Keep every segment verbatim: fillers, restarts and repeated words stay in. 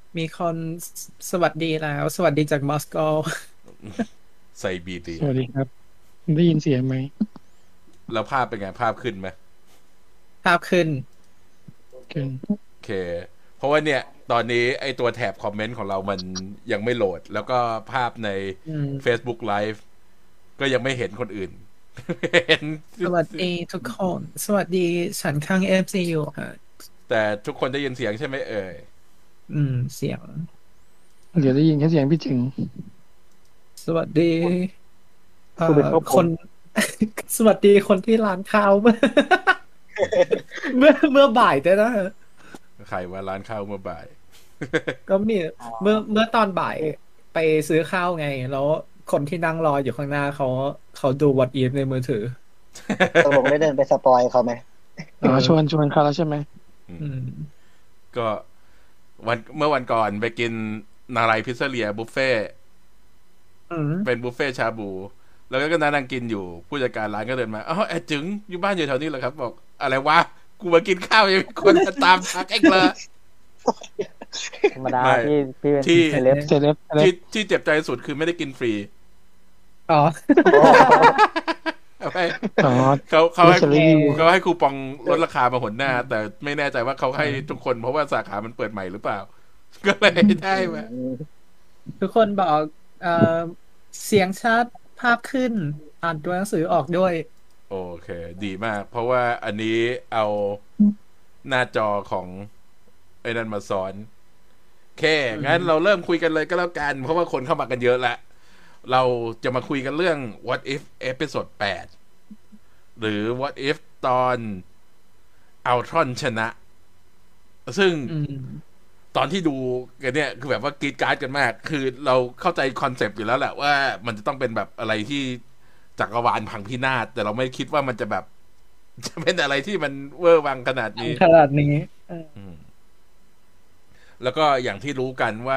มีคนสวัสดีแล้วสวัสดีจากมอสโกไซบีเรียสวัสดีครับได้ยินเสียงไหมแล้วภาพเป็นไงภาพขึ้นไหมภาพขึ้นเกินโอเคเพราะว่าเนี่ยตอนนี้ไอตัวแถบคอมเมนต์ของเรามันยังไม่โหลดแล้วก็ภาพในอืม Facebook Live ก็ยังไม่เห็นคนอื่นเห็นสวัสดีทุกคนสวัสดีฉันข้าง เอฟ ซี ยู ค่ะแต่ทุกคนได้ยินเสียงใช่ไหมเอ่ยอืมเสียงเดี๋ยวได้ยินแค่เสียงพี่จึงสวัสดีเอ่ผู้เป็นอครอบครัวคนสวัสดีคนที่ร้านข้าวเมื่อเมื่อเมื่อบ่ายด้วยนะใครว่าร้านข้าวเมื่อบ่ายก็มีเมื่อเมื่อตอนบ่ายไปซื้อข้าวไงแล้วคนที่นั่งรออยู่ข้างหน้าเขาเขาดู What If ในมือถือตกลงได้เดินไปสปอยเขาไหมเอออ๋อชวนชวนเขาแล้วใช่ไหมอืมก็วันเมื่อวันก่อนไปกินนาไรพิซซ่าเรียบุฟเฟ่อืมเป็นบุฟเฟ่ชาบูแล้วก็นั่งกินอยู่ผู้จัดการร้านก็เดินมาอ๋อแอดจึงอยู่บ้านอยู่แถวนี้เหรอครับบอกอะไรวะกูมากินข้าวยังมีคนมาตามทักเองเลยธรรมดาไม่พี่พี่เป็นที่เซเลบเซเลบเซเลที่บที่เจ็บใจสุดคือไม่ได้กินฟรีอ๋อเอาไปอ๋อเขาเขาให้ไม่ใช่รีวิวเขาให้คูปองลดราคามาหนหน้า แต่ไม่แน่ใจว่าเขาให้ทุกคนเพราะว่าสาขามันเปิดใหม่หรือเปล่า ก็เลยได้มาทุกคนบอกเอ่อเสียงชัดภาพขึ้นอ่านตัวหนังสือออกด้วยโอเค ดีมาก เพราะว่าอันนี้เอาหน้าจอของไอ้นั่นมาสอนโอเคงั้นเราเริ่มคุยกันเลยก็แล้วกัน เพราะว่าคนเข้ามากันเยอะละเราจะมาคุยกันเรื่อง what if เอพิโซดแปดหรือ what if ตอนอัลทรอนชนะ ซึ่งอืมตอนที่ดูกันเนี่ยคือแบบว่ากรีดกราร์ดกันมาก คือเราเข้าใจคอนเซปต์อยู่แล้วแหละว่ามันจะต้องเป็นแบบอะไรที่จักรวาลพังพินาศแต่เราไม่คิดว่ามันจะแบบ จะเป็นอะไรที่มันเวอร์วังขนาดนี้ขนาดนี้เอออืมแล้วก็อย่างที่รู้กันว่า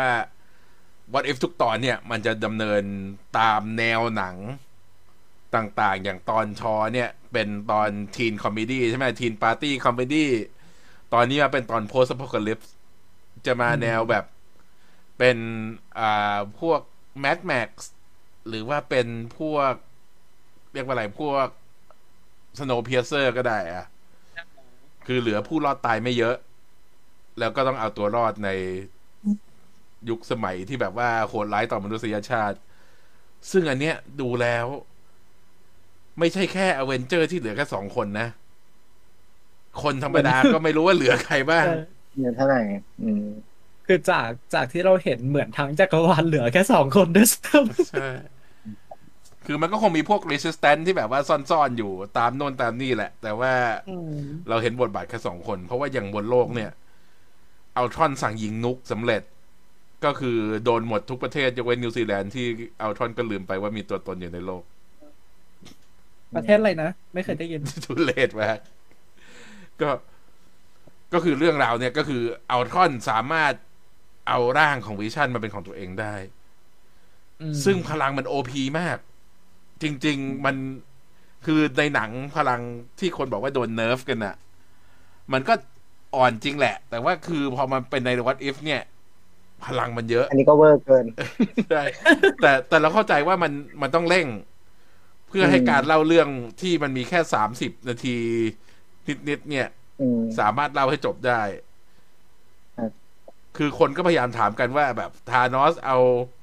What If ทุกตอนเนี่ย มันจะดำเนินตามแนวหนังต่างๆ อย่างตอนชอเนี่ย เป็นตอนทีนคอมเมดี้ใช่ไหมทีนปาร์ตี้คอมเมดี้ตอนนี้มาเป็นตอนโพสต์ a อ o ค a ลิปส์จะมาแนวแบบเป็นอ่าพวกแม d แม็กซ์หรือว่าเป็นพวก เรียกว่าอะไรพวกสโนว์เพียเซอร์ก็ได้อะคือเหลือผู้รอดตายไม่เยอะ แล้วก็ต้องเอาตัวรอดในยุคสมัยที่แบบว่าโหดร้ายต่อมนุษยชาติ ซึ่งอันเนี้ยดูแล้ว ไม่ใช่แค่อเวนเจอร์ที่เหลือแค่สองคนนะ คนธรรมดาก็ไม่รู้ว่าเหลือใครบ้างเออเงินเท่าไหร่อืมคือจากจากที่เราเห็นเหมือนทั้งจักรวาลเหลือแค่สองคนด้วยซ้ใช่ คือมันก็คงมีพวก resistance ที่แบบว่าซ่อนๆอยู่ตามโน่นตามนี่แหละ แต่ว่าำอืมเราเห็นบทบาทแค่สองคน เพราะว่าอย่างบนโลกเนี่ย อัลทรอนสั่งยิงนุกสำเร็จ ก็คือโดนหมดทุกประเทศยกเว้นนิวซีแลนด์ที่อัลทรอนก็ลืมไปว่ามีตัวตนอยู่ในโลกประเทศอะไรนะ ไม่เคยได้ยินทุเรศมากก็ก็คือเรื่องราวเนี่ยก็คืออัลทรอนสามารถเอาร่างของวิชั่นมาเป็นของตัวเองได้อืมซึ่งพลังมันโอพีมาก จริงๆมันคือในหนังพลังที่คนบอกว่าโดนเนิร์ฟกันน่ะ มันก็อ่อนจริงแหละ แต่ว่าคือพอมันเป็นใน What If เนี่ย พลังมันเยอะอันนี้ก็เวอร์เกินใช่แต่แต่เราเข้าใจว่ามันมันต้องเร่ง เพื่อให้การเล่าเรื่องที่มันมีแค่สามสิบนาทีนิดๆเนี่ยอืมสามารถเล่าให้จบได้ครับคือคนก็พยายามถามกันว่าแบบธานอสเอา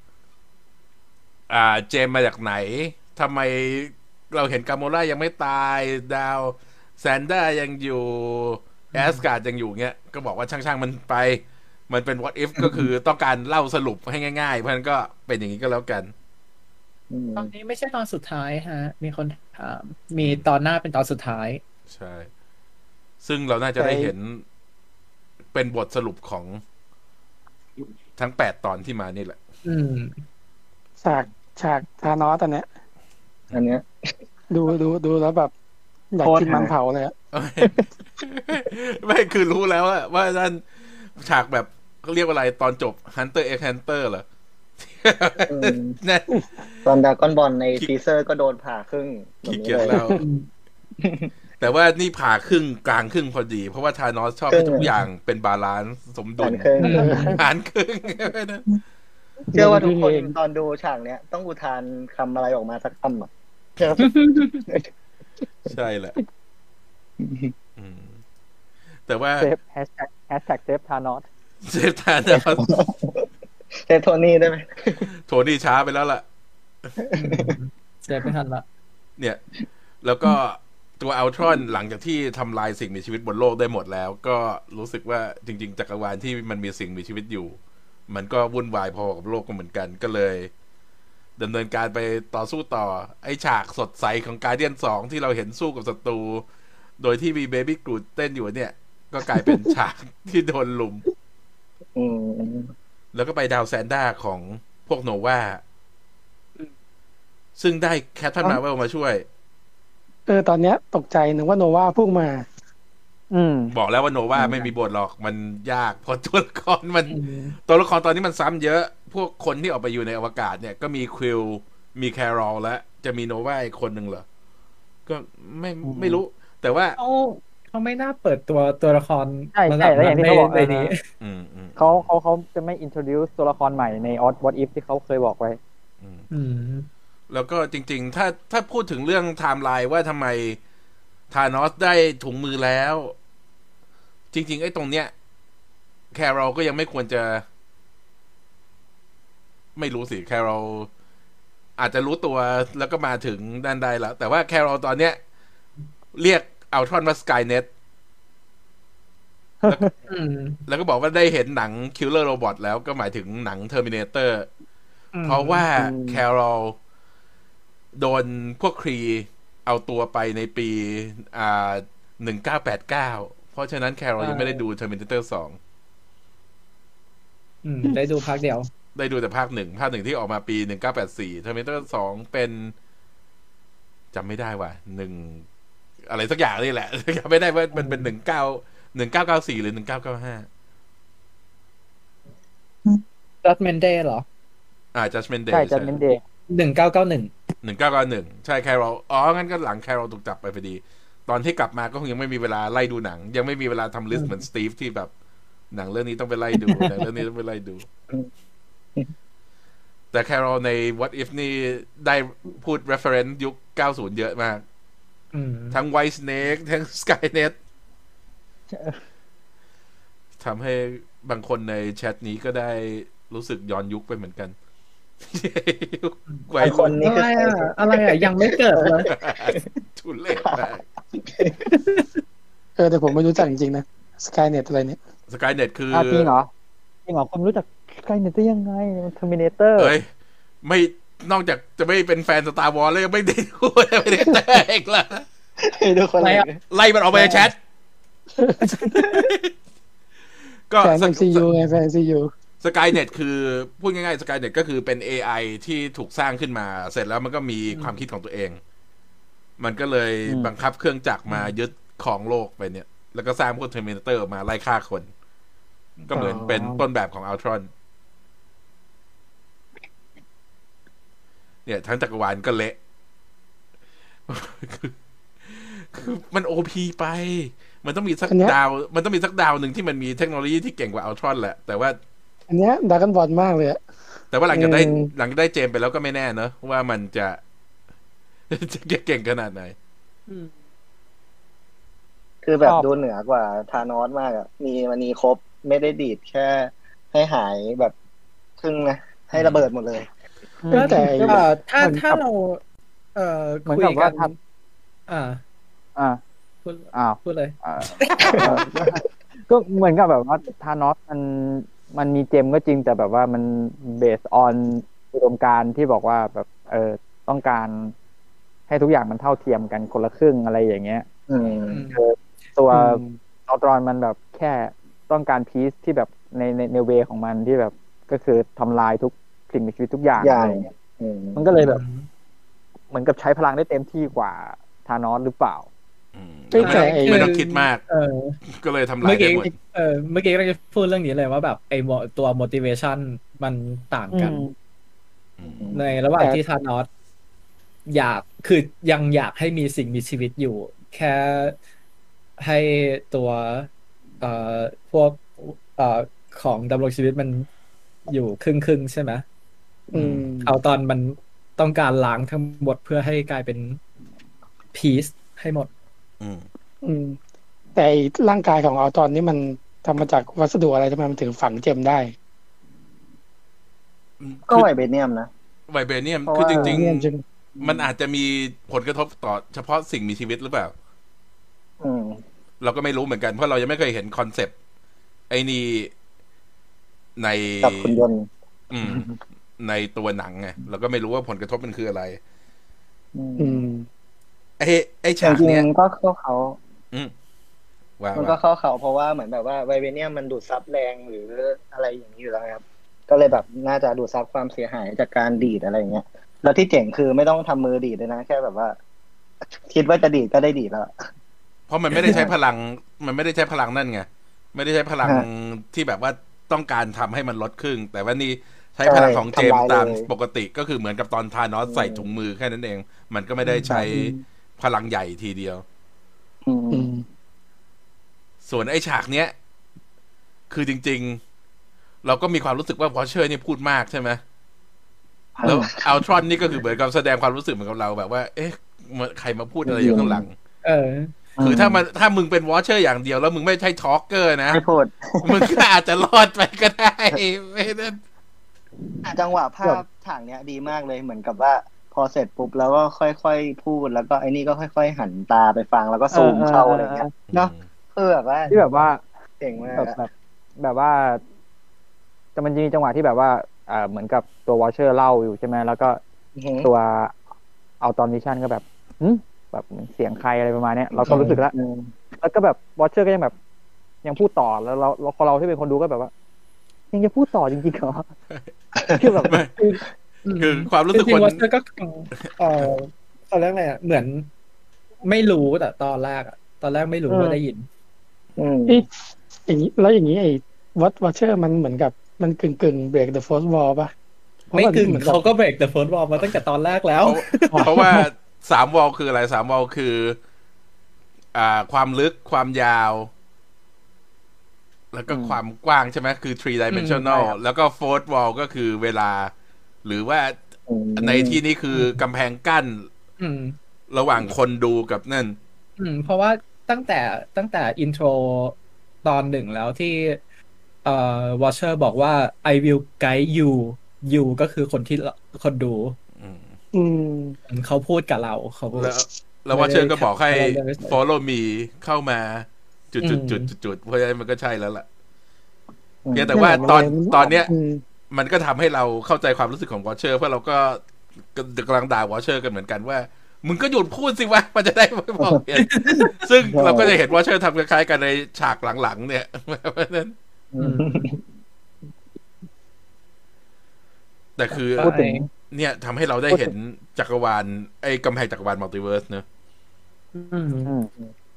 อ่าเจมมาจากไหนทำไมเราเห็นกาโมล่ายังไม่ตายดาวแซนด้ายังอยู่แอสการ์ดยังอยู่เงี้ยก็บอกว่าช่างๆมันไป มันเป็น what if ก็คือต้องการเล่าสรุปให้ง่ายๆ เพราะฉะนั้นก็เป็นอย่างนี้ก็แล้วกันอืมตอนนี้ไม่ใช่ตอนสุดท้ายฮะ มีคนถามมีตอนหน้าเป็นตอนสุดท้ายใช่ ซึ่งเราน่าจะได้เห็นเป็นบทสรุปของทั้งแปดตอนที่มานี่แหละอืมฉากฉากทานอสตอนเนี้ยอันเนี้ยดูดูดูแล้วแบบอยากโคตรกินมันหาเผาเลยอะไม่คือรู้แล้วว่าว่าท่านฉากแบบเขาเรียกว่าอะไรตอนจบ Hunter x Hunter เหรออืมนั่นตอนดราก้อนบอลในทีเซอร์ก็โดนผ่าครึ่งแบบขี้นี้เกียจเลยแล้วแต่ว่านี่ผ่าครึ่งกลางครึ่งพอดี เพราะว่าธานอสชอบให้ทุกอย่างเป็นบาลานซ์สมดุหัลนครึ่งหารครึ่งเชื่อว่าทุกคนเองตอนดูฉากเนี้ยต้องอุทานคำอะไรออกมาสักคำอ่ะเชื่อใช่แหละอืมแต่ว่าเซฟแฮชแท็กแฮชแท็กเซฟทานอสเซฟธานอสเซฟโทนี่ได้ไหมโทนี่ช้าไปแล้วล่ะเซฟไม่ทันละเนี่ย แล้วก็ตัวอัลตรอนหลังจากที่ทำลายสิ่งมีชีวิตบนโลกได้หมดแล้ว ก็รู้สึกว่าจริงๆจักรวาลที่มันมีสิ่งมีชีวิตอยู่ มันก็วุ่นวายพอกับโลกก็เหมือนกันก็เลยดำเนินการไปต่อสู้ต่อ ไอฉากสดใสของการเดียนสองที่เราเห็นสู้กับศัตรูโดยที่มีเบบี้กรูดเต้นอยู่เนี่ย ก็กลายเป็นฉากที่โดนลุมอืมแล้วก็ไปดาวแซนด้าของพวกโนวาซึ่งได้แคทเธอรีนมาร์เวลมาช่วยเออตอนเนี้ยตกใจนึกว่าโนวาพุ่งมาอืมบอกแล้วว่าโนวาไม่มีบทหรอกมันยากเพราะตัวละครมัน ตัวละครตอนนี้มันซ้ำเยอะ พวกคนที่ออกไปอยู่ในอวกาศเนี่ยก็มีควิลมีแครอลและจะมีโนวาอีกคนหนึ่งเหรอ ก็ไม่ไม่รู้ แต่ว่าเขาเขาไม่น่าเปิดตัวตัวละครใช่ระใช่ดับแล้วอย่างที่เขาบอกในนี้อืมอืมเขาเขาเขาจะไม่ introduce ตัวละครใหม่ใน Odd What If ที่เขาเคยบอกไว้อืมอืมแล้วก็จริงๆ ถ้าถ้าพูดถึงเรื่องไทม์ไลน์ว่าทำไมธานอสได้ถุงมือแล้ว จริงๆ ไอ้ตรงเนี้ยแครอลก็ยังไม่ควรจะ ไม่รู้สิแครอลอาจจะรู้ตัวแล้วก็มาถึงด้านใดแล้ว แต่ว่าแครอลตอนเนี้ย เรียกอัลทรอนว่าสกายเน็ตอืมแล้วก็บอกว่าได้เห็นหนัง Killer Robot แล้วก็หมายถึงหนัง Terminator เพราะว่าแครอลโดนพวกครีเอาตัวไปในปีอ่าหนึ่งเก้าแปดเก้าเพราะฉะนั้นแครอลยังไม่ได้ดู Terminator สองอืมได้ดูพักเดียวได้ดูแต่ภาคหนึ่งภาคหนึ่งที่ออกมาปีหนึ่งเก้าแปดสี่ Terminator สองเป็นจำไม่ได้ว่ะหนึ่งอะไรสักอย่างนี่แหละจำไม่ได้ว่ามันเป็นหนึ่งเก้าหนึ่งเก้าเก้าสี่หรือหนึ่งเก้าเก้าห้า Judgment Day เหรออ่า Judgment Day ใช่ Judgment Day หนึ่งเก้าเก้าหนึ่งหนึ่งเก้าเก้าหนึ่งใช่แครอลอ๋องั้นก็หลังแครอลถูกจับไปพอดี ตอนที่กลับมาก็คงยังไม่มีเวลาไล่ดูหนัง ยังไม่มีเวลาทำลิสต์เหมือนสตีฟที่แบบหนังเรื่องนี้ต้องไปไล่ดู หนังเรื่องนี้ต้องไปไล่ดู แต่แครอลใน What If นี่ได้พูด reference ยุคเก้าสิบเยอะมากอืมทั้ง White Snake ทั้ง Skynet ทำให้บางคนในแชทนี้ก็ได้รู้สึกย้อนยุคไปเหมือนกันบางคนนี่อะไรคืออ่ะ อะไรอ่ะ ยังไม่เกิดเลยทุเรศมากเออแต่ผมไม่รู้จักจริงๆนะสกายเน็ตอะไรเนี่ย Skynet คืออ่ะจริงเหรอจริงเหรอคุณรู้จักใกล้เน็ตได้ยังไงมัน Terminator เอ้ยไม่นอกจากจะไม่เป็นแฟน Star Wars แล้วยังไม่ได้ดูไม่ได้แตกละให้ทุกคนเลยไล่มันออกไปในแชท ก็แฟน เอ็ม ซี ยู ไงแฟน เอ็ม ซี ยู Skynet คือพูดง่ายๆ Skynet ก็คือเป็น เอ ไอ ที่ถูกสร้างขึ้นมา เสร็จแล้วมันก็มีความคิดของตัวเอง มันก็เลยอืมบังคับเครื่องจักรมายึดของโลกไปเนี่ย แล้วก็สร้างพวก Terminator ออกมาไล่ฆ่าคน ก็เหมือนเป็นต้นแบบของ Ultron เนี่ย ทั้งจักรวาลก็เละ คือคือมัน โอ พี ไป มันต้องมีสักอันเนี้ยดาว มันต้องมีสักดาวหนึ่งที่มันมีเทคโนโลยีที่เก่งกว่า Ultron แหละ แต่ว่าอันเนี้ยดรากันบอลมากเลยอะแต่ว่าหลังจากได้อืมหลังจากได้เจมส์ไปแล้วก็ไม่แน่เนอะว่ามันจะ จะเก่งขนาดไหนคือแบบชอบดูเหนือกว่าธานอสมากอ่ะ มีมันมีครบไม่ได้ดีดแค่ให้หายแบบครึ่งนะ ให้ระเบิดหมดเลยก็แต่เอ่อถ้าเหมือนถ้ากับเรา เอ่อเหมือนคุยกับกัว่าน ทันอ่าอ่าพูดอ้าวพูดเลยอ่าเออก็เหมือนกับแบบว่าธานอสมันมันมีเจมก็จริงแต่แบบว่ามันเบสออนอุดมการณ์ที่บอกว่าแบบเออต้องการให้ทุกอย่างมันเท่าเทียมกันคนละครึ่งอะไรอย่างเงี้ยอืมตัวอืมอัลตรอนมันแบบแค่ต้องการพีซที่แบบในในในเวของมันที่แบบก็คือทำลายทุกสิ่งมีชีวิตทุกอย่างอย่างอะไรเงี้ยอืมมันก็เลยแบบเหมือนกับใช้พลังได้เต็มที่กว่าธานอสหรือเปล่าอืมเอ้ยแต่ไม่ไม่ต้องคิดมากเออก็เลยทำลาเมื่ยอได้กี้หมดเออเมื่อกี้เราจะพูดเรื่องนี้เลยว่าแบบไอ้ mo- ตัว motivation มันต่างกันอืมในระหว่างแต่ที่ธานอสอยากคือยังอยากให้มีสิ่งมีชีวิตอยู่แค่ให้ตัวเอ่อพวกเอ่อของดำรงชีวิตมันอยู่ครึ่งครึ่งใช่ไหมอืมเอาตอนมันต้องการล้างทั้งหมดเพื่อให้กลายเป็นพีซให้หมดอืมอืม แต่ไอ้ร่างกายของอัลตรอนนี่มันทำมาจากวัสดุอะไรทำไมมันถึงฝังเจมได้ก็ไวเบเนียมนะไวเบเนียมเพราะคือว่าจริงเนี่ยจริงๆ มันอาจจะมีผลกระทบต่อเฉพาะสิ่งมีชีวิตหรือเปล่าอืมเราก็ไม่รู้เหมือนกัน เพราะเรายังไม่เคยเห็นคอนเซปต์ไอ้นี่ในกับคุณยนต์อืม ในตัวหนังไงเราก็ไม่รู้ว่าผลกระทบมันคืออะไรอืมไอ้ไอ้จฉากริงเนี้ยๆก็เข้าเขาอืมว่ามันก็ว่าเข้าเขาเพราะว่าเหมือนแบบว่าไวเบเนียมมันดูดซับแรงหรืออะไรอย่างนี้อยู่แล้วครับ ก็เลยแบบน่าจะดูดซับความเสียหายจากการดีดอะไรอย่างเงี้ย แล้วที่เจ๋งคือไม่ต้องทำมือดีดเลยนะ แค่แบบว่า คิดว่าจะดีดก็ได้ดีดแล้วเพราะมันไม่ได้ใช้พลัง มันไม่ได้ใช้พลังนั่นไง ไม่ได้ใช้พลังฮะที่แบบว่าต้องการทำให้มันลดครึ่ง แต่ว่านี่ใช้ใช่พลังของเจมส์ทำลายตามเลยปกติก็คือเหมือนกับตอนทานอสอืมใส่ถุงมือแค่นั้นเอง มันก็ไม่ได้ใช้พลังใหญ่ทีเดียวอืมอืมส่วนไอ้ฉากเนี้ย คือจริง ๆ เราก็มีความรู้สึกว่าวอชเชอร์นี่พูดมากใช่ไหม แล้วอัลทรอนนี่ก็คือเหมือนกับแสดงความรู้สึกเหมือนกับเราแบบว่า เอ๊ะใครมาพูดอะไรอยู่ข้างหลังเออคือถ้ามันถ้ามึงเป็นวอชเชอร์อย่างเดียวแล้วมึงไม่ใช่ทอล์กเกอร์นะไม่พูดมึงก็อาจจะรอดไปก็ได้ไม่ได้จังหวะภาพฉากเนี้ยดีมากเลยเหมือนกับว่าพอเสร็จปุ๊บแล้วก็ค่อยๆพูดแล้วก็ไอ้นี่ก็ค่อยๆหันตาไปฟังแล้วก็ซูมเข้าอะไรเงี้ยเนาะคือแบบว่าที่แบบว่าเจ๋งมากแบบอะแบบแบบว่าจะมันจะมีจังหวะที่แบบว่าอ่าเหมือนกับตัววอชเชอร์เล่าอยู่ใช่ไหมแล้วก็อือหือตัวเอาตอนมิชชั่นก็แบบหึแบบเหมือนเสียงใครอะไรประมาณเนี้ยเราก็รู้สึกแล้วอืมแล้วก็แบบวอชเชอร์ก็ยังแบบยังพูดต่อแล้วเราเราเราที่เป็นคนดูก็แบบว่า ยังจะพูดต่อจริงๆเหรอ คือแบบไม่ คือความรู้สึกจริคงนๆวอเตอร์ก็เออเขาเรียกอะไรอ่ะเหมือนไม่รู้แต่ตอนแรกอ่ะตอนแรกไม่รู้เออว่าได้ยินอืมเอ๊ะอย่างนี้แล้วอย่างนี้ไอ้วัตวัชเชอร์มันเหมือนกับมันกึ่งกึ่งเบรกเดอะโฟร์วอลป่ะไม่กึ่งเหมือนกับเขาก็เบรกเดอะเฟิร์สวอลมาตั้งแต่ตอนแรกแล้วเพราะเพราะว่าสามวอลคืออะไรสามวอลคือ อ่า ความลึกความยาว แล้วก็ความกว้างใช่ไหมคือ three อืม dimensional ใช่ครับแล้วก็ fourth wall ก็คือเวลา หรือว่าในที่นี้คือกำแพงกั้นอืมระหว่างคนดูกับนั่นอืม เพราะว่าตั้งแต่ตั้งแต่อินโทรตอนหนึ่งแล้วที่เอ่อวอชเชอร์บอกว่า I will guide you you ก็คือคนที่คนดูอืมเขาพูดกับเราเขาพูดแล้วแล้ววอเชอร์ก็บอกให้ไม่ได้ follow me เข้ามาจุดอืจุดมจุดจุดเพราะฉะนั้นมันก็ใช่แล้วล่ะอืมเพียงแต่ว่าตอนมันเลยตอนเนี้ยอืมมันก็ทำให้เราเข้าใจความรู้สึกของวอเชอร์เพราะเราก็กำลังด่าวอเชอร์กันเหมือนกันว่า มึงก็หยุดพูดสิวะมันจะได้ไม่บอกเห็น ซึ่งเราก็จะเห็นวอเชอร์ทำคล้ายๆกันในฉากหลังๆเนี่ยเพราะฉะนั้นอืมแต่คือพูดถึงเนี่ยทำให้เราได้เห็นจักรวาลไอ้กำแพงจักรวาลมัลติเวิร์สเนอะอืมอืม